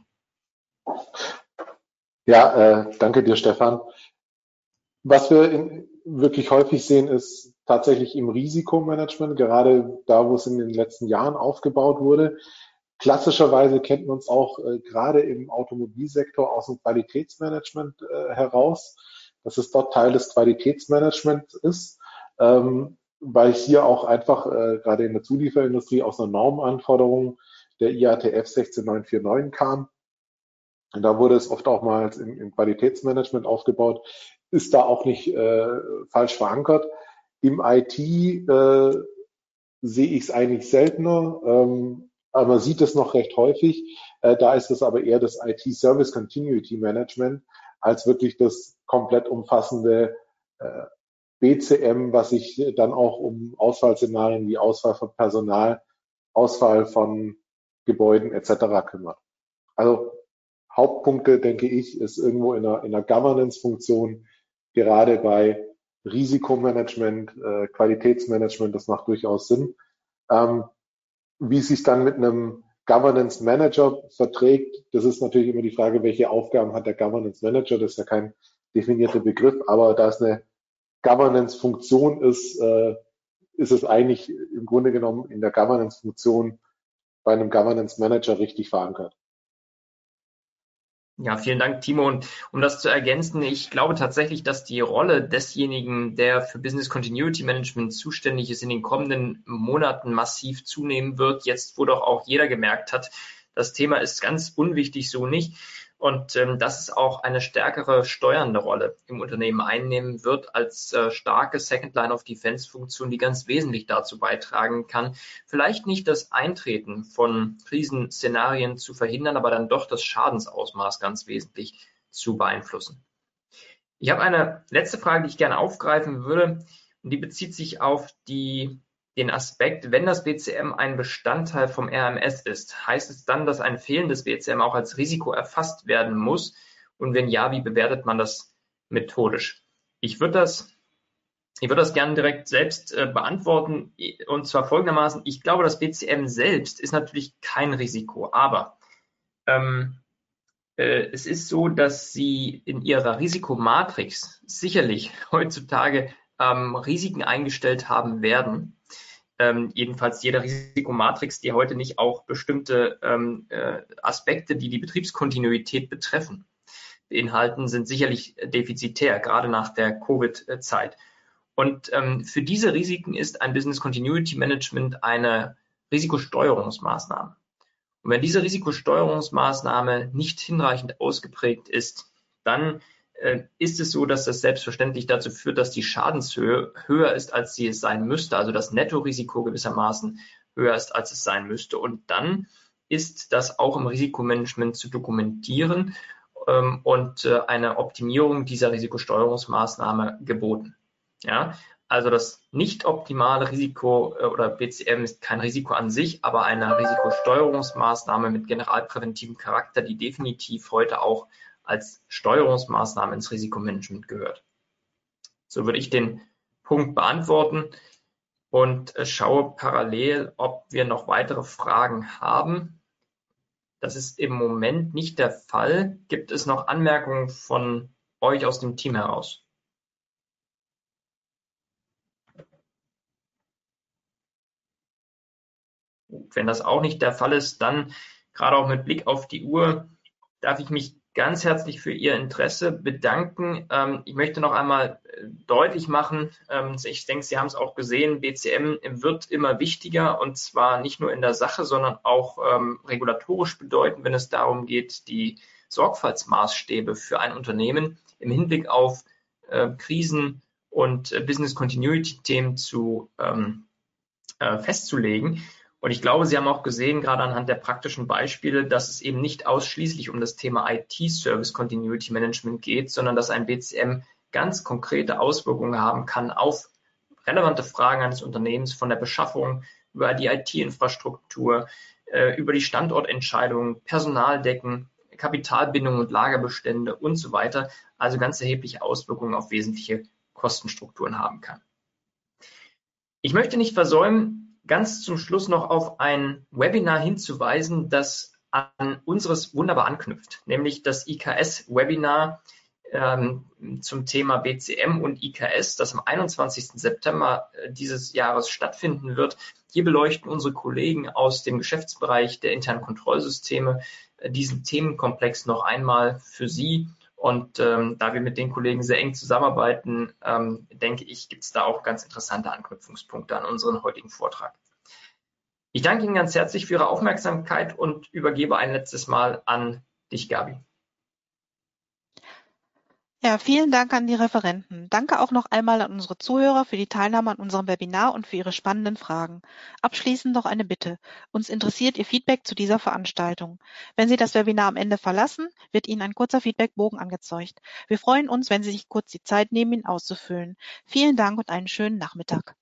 Speaker 3: Ja, danke dir, Stefan. Was wir wirklich häufig sehen, ist tatsächlich im Risikomanagement, gerade da, wo es in den letzten Jahren aufgebaut wurde. Klassischerweise kennt man es auch gerade im Automobilsektor aus dem Qualitätsmanagement heraus, dass es dort Teil des Qualitätsmanagements ist, weil hier auch einfach gerade in der Zulieferindustrie aus einer Normanforderung der IATF 16949 kam. Und da wurde es oft auch mal im Qualitätsmanagement aufgebaut, ist da auch nicht falsch verankert. Im IT sehe ich es eigentlich seltener, aber man sieht es noch recht häufig. Da ist es aber eher das IT-Service Continuity Management als wirklich das komplett umfassende BCM, was sich dann auch um Ausfallszenarien wie Ausfall von Personal, Ausfall von Gebäuden etc. kümmert. Also Hauptpunkte, denke ich, ist irgendwo in einer Governance-Funktion, gerade bei Risikomanagement, Qualitätsmanagement, das macht durchaus Sinn. Wie es sich dann mit einem Governance Manager verträgt, das ist natürlich immer die Frage, welche Aufgaben hat der Governance Manager, das ist ja kein definierter Begriff, aber da es eine Governance-Funktion ist, ist es eigentlich im Grunde genommen in der Governance-Funktion bei einem Governance Manager richtig verankert.
Speaker 2: Ja, vielen Dank, Timo. Und um das zu ergänzen, ich glaube tatsächlich, dass die Rolle desjenigen, der für Business Continuity Management zuständig ist, in den kommenden Monaten massiv zunehmen wird. Jetzt, wo doch auch jeder gemerkt hat, das Thema ist ganz unwichtig, so nicht. Und dass es auch eine stärkere steuernde Rolle im Unternehmen einnehmen wird als starke Second Line of Defense Funktion, die ganz wesentlich dazu beitragen kann, vielleicht nicht das Eintreten von Krisenszenarien zu verhindern, aber dann doch das Schadensausmaß ganz wesentlich zu beeinflussen. Ich habe eine letzte Frage, die ich gerne aufgreifen würde, und die bezieht sich auf den Aspekt, wenn das BCM ein Bestandteil vom RMS ist, heißt es dann, dass ein fehlendes BCM auch als Risiko erfasst werden muss? Und wenn ja, wie bewertet man das methodisch? Ich würde das gerne direkt selbst beantworten, und zwar folgendermaßen. Ich glaube, das BCM selbst ist natürlich kein Risiko, aber es ist so, dass Sie in Ihrer Risikomatrix sicherlich heutzutage Risiken eingestellt haben werden. Jedenfalls jede Risikomatrix, die heute nicht auch bestimmte Aspekte, die die Betriebskontinuität betreffen, beinhalten, sind sicherlich defizitär, gerade nach der Covid-Zeit. Und für diese Risiken ist ein Business Continuity Management eine Risikosteuerungsmaßnahme. Und wenn diese Risikosteuerungsmaßnahme nicht hinreichend ausgeprägt ist, dann ist es so, dass das selbstverständlich dazu führt, dass die Schadenshöhe höher ist, als sie es sein müsste, also das Nettorisiko gewissermaßen höher ist, als es sein müsste. Und dann ist das auch im Risikomanagement zu dokumentieren und eine Optimierung dieser Risikosteuerungsmaßnahme geboten. Ja, also das nicht optimale Risiko oder BCM ist kein Risiko an sich, aber eine Risikosteuerungsmaßnahme mit generalpräventivem Charakter, die definitiv heute auch als Steuerungsmaßnahme ins Risikomanagement gehört. So würde ich den Punkt beantworten und schaue parallel, ob wir noch weitere Fragen haben. Das ist im Moment nicht der Fall. Gibt es noch Anmerkungen von euch aus dem Team heraus? Wenn das auch nicht der Fall ist, dann gerade auch mit Blick auf die Uhr darf ich mich ganz herzlich für Ihr Interesse bedanken. Ich möchte noch einmal deutlich machen, ich denke, Sie haben es auch gesehen, BCM wird immer wichtiger, und zwar nicht nur in der Sache, sondern auch regulatorisch bedeutend, wenn es darum geht, die Sorgfaltsmaßstäbe für ein Unternehmen im Hinblick auf Krisen und Business Continuity Themen festzulegen. Und ich glaube, Sie haben auch gesehen, gerade anhand der praktischen Beispiele, dass es eben nicht ausschließlich um das Thema IT-Service Continuity Management geht, sondern dass ein BCM ganz konkrete Auswirkungen haben kann auf relevante Fragen eines Unternehmens, von der Beschaffung über die IT-Infrastruktur, über die Standortentscheidungen, Personaldecken, Kapitalbindung und Lagerbestände und so weiter, also ganz erhebliche Auswirkungen auf wesentliche Kostenstrukturen haben kann. Ich möchte nicht versäumen, ganz zum Schluss noch auf ein Webinar hinzuweisen, das an unseres wunderbar anknüpft, nämlich das IKS-Webinar zum Thema BCM und IKS, das am 21. September dieses Jahres stattfinden wird. Hier beleuchten unsere Kollegen aus dem Geschäftsbereich der internen Kontrollsysteme diesen Themenkomplex noch einmal für Sie. Und da wir mit den Kollegen sehr eng zusammenarbeiten, denke ich, gibt es da auch ganz interessante Anknüpfungspunkte an unseren heutigen Vortrag. Ich danke Ihnen ganz herzlich für Ihre Aufmerksamkeit und übergebe ein letztes Mal an dich, Gabi.
Speaker 1: Ja, vielen Dank an die Referenten. Danke auch noch einmal an unsere Zuhörer für die Teilnahme an unserem Webinar und für Ihre spannenden Fragen. Abschließend noch eine Bitte. Uns interessiert Ihr Feedback zu dieser Veranstaltung. Wenn Sie das Webinar am Ende verlassen, wird Ihnen ein kurzer Feedbackbogen angezeigt. Wir freuen uns, wenn Sie sich kurz die Zeit nehmen, ihn auszufüllen. Vielen Dank und einen schönen Nachmittag.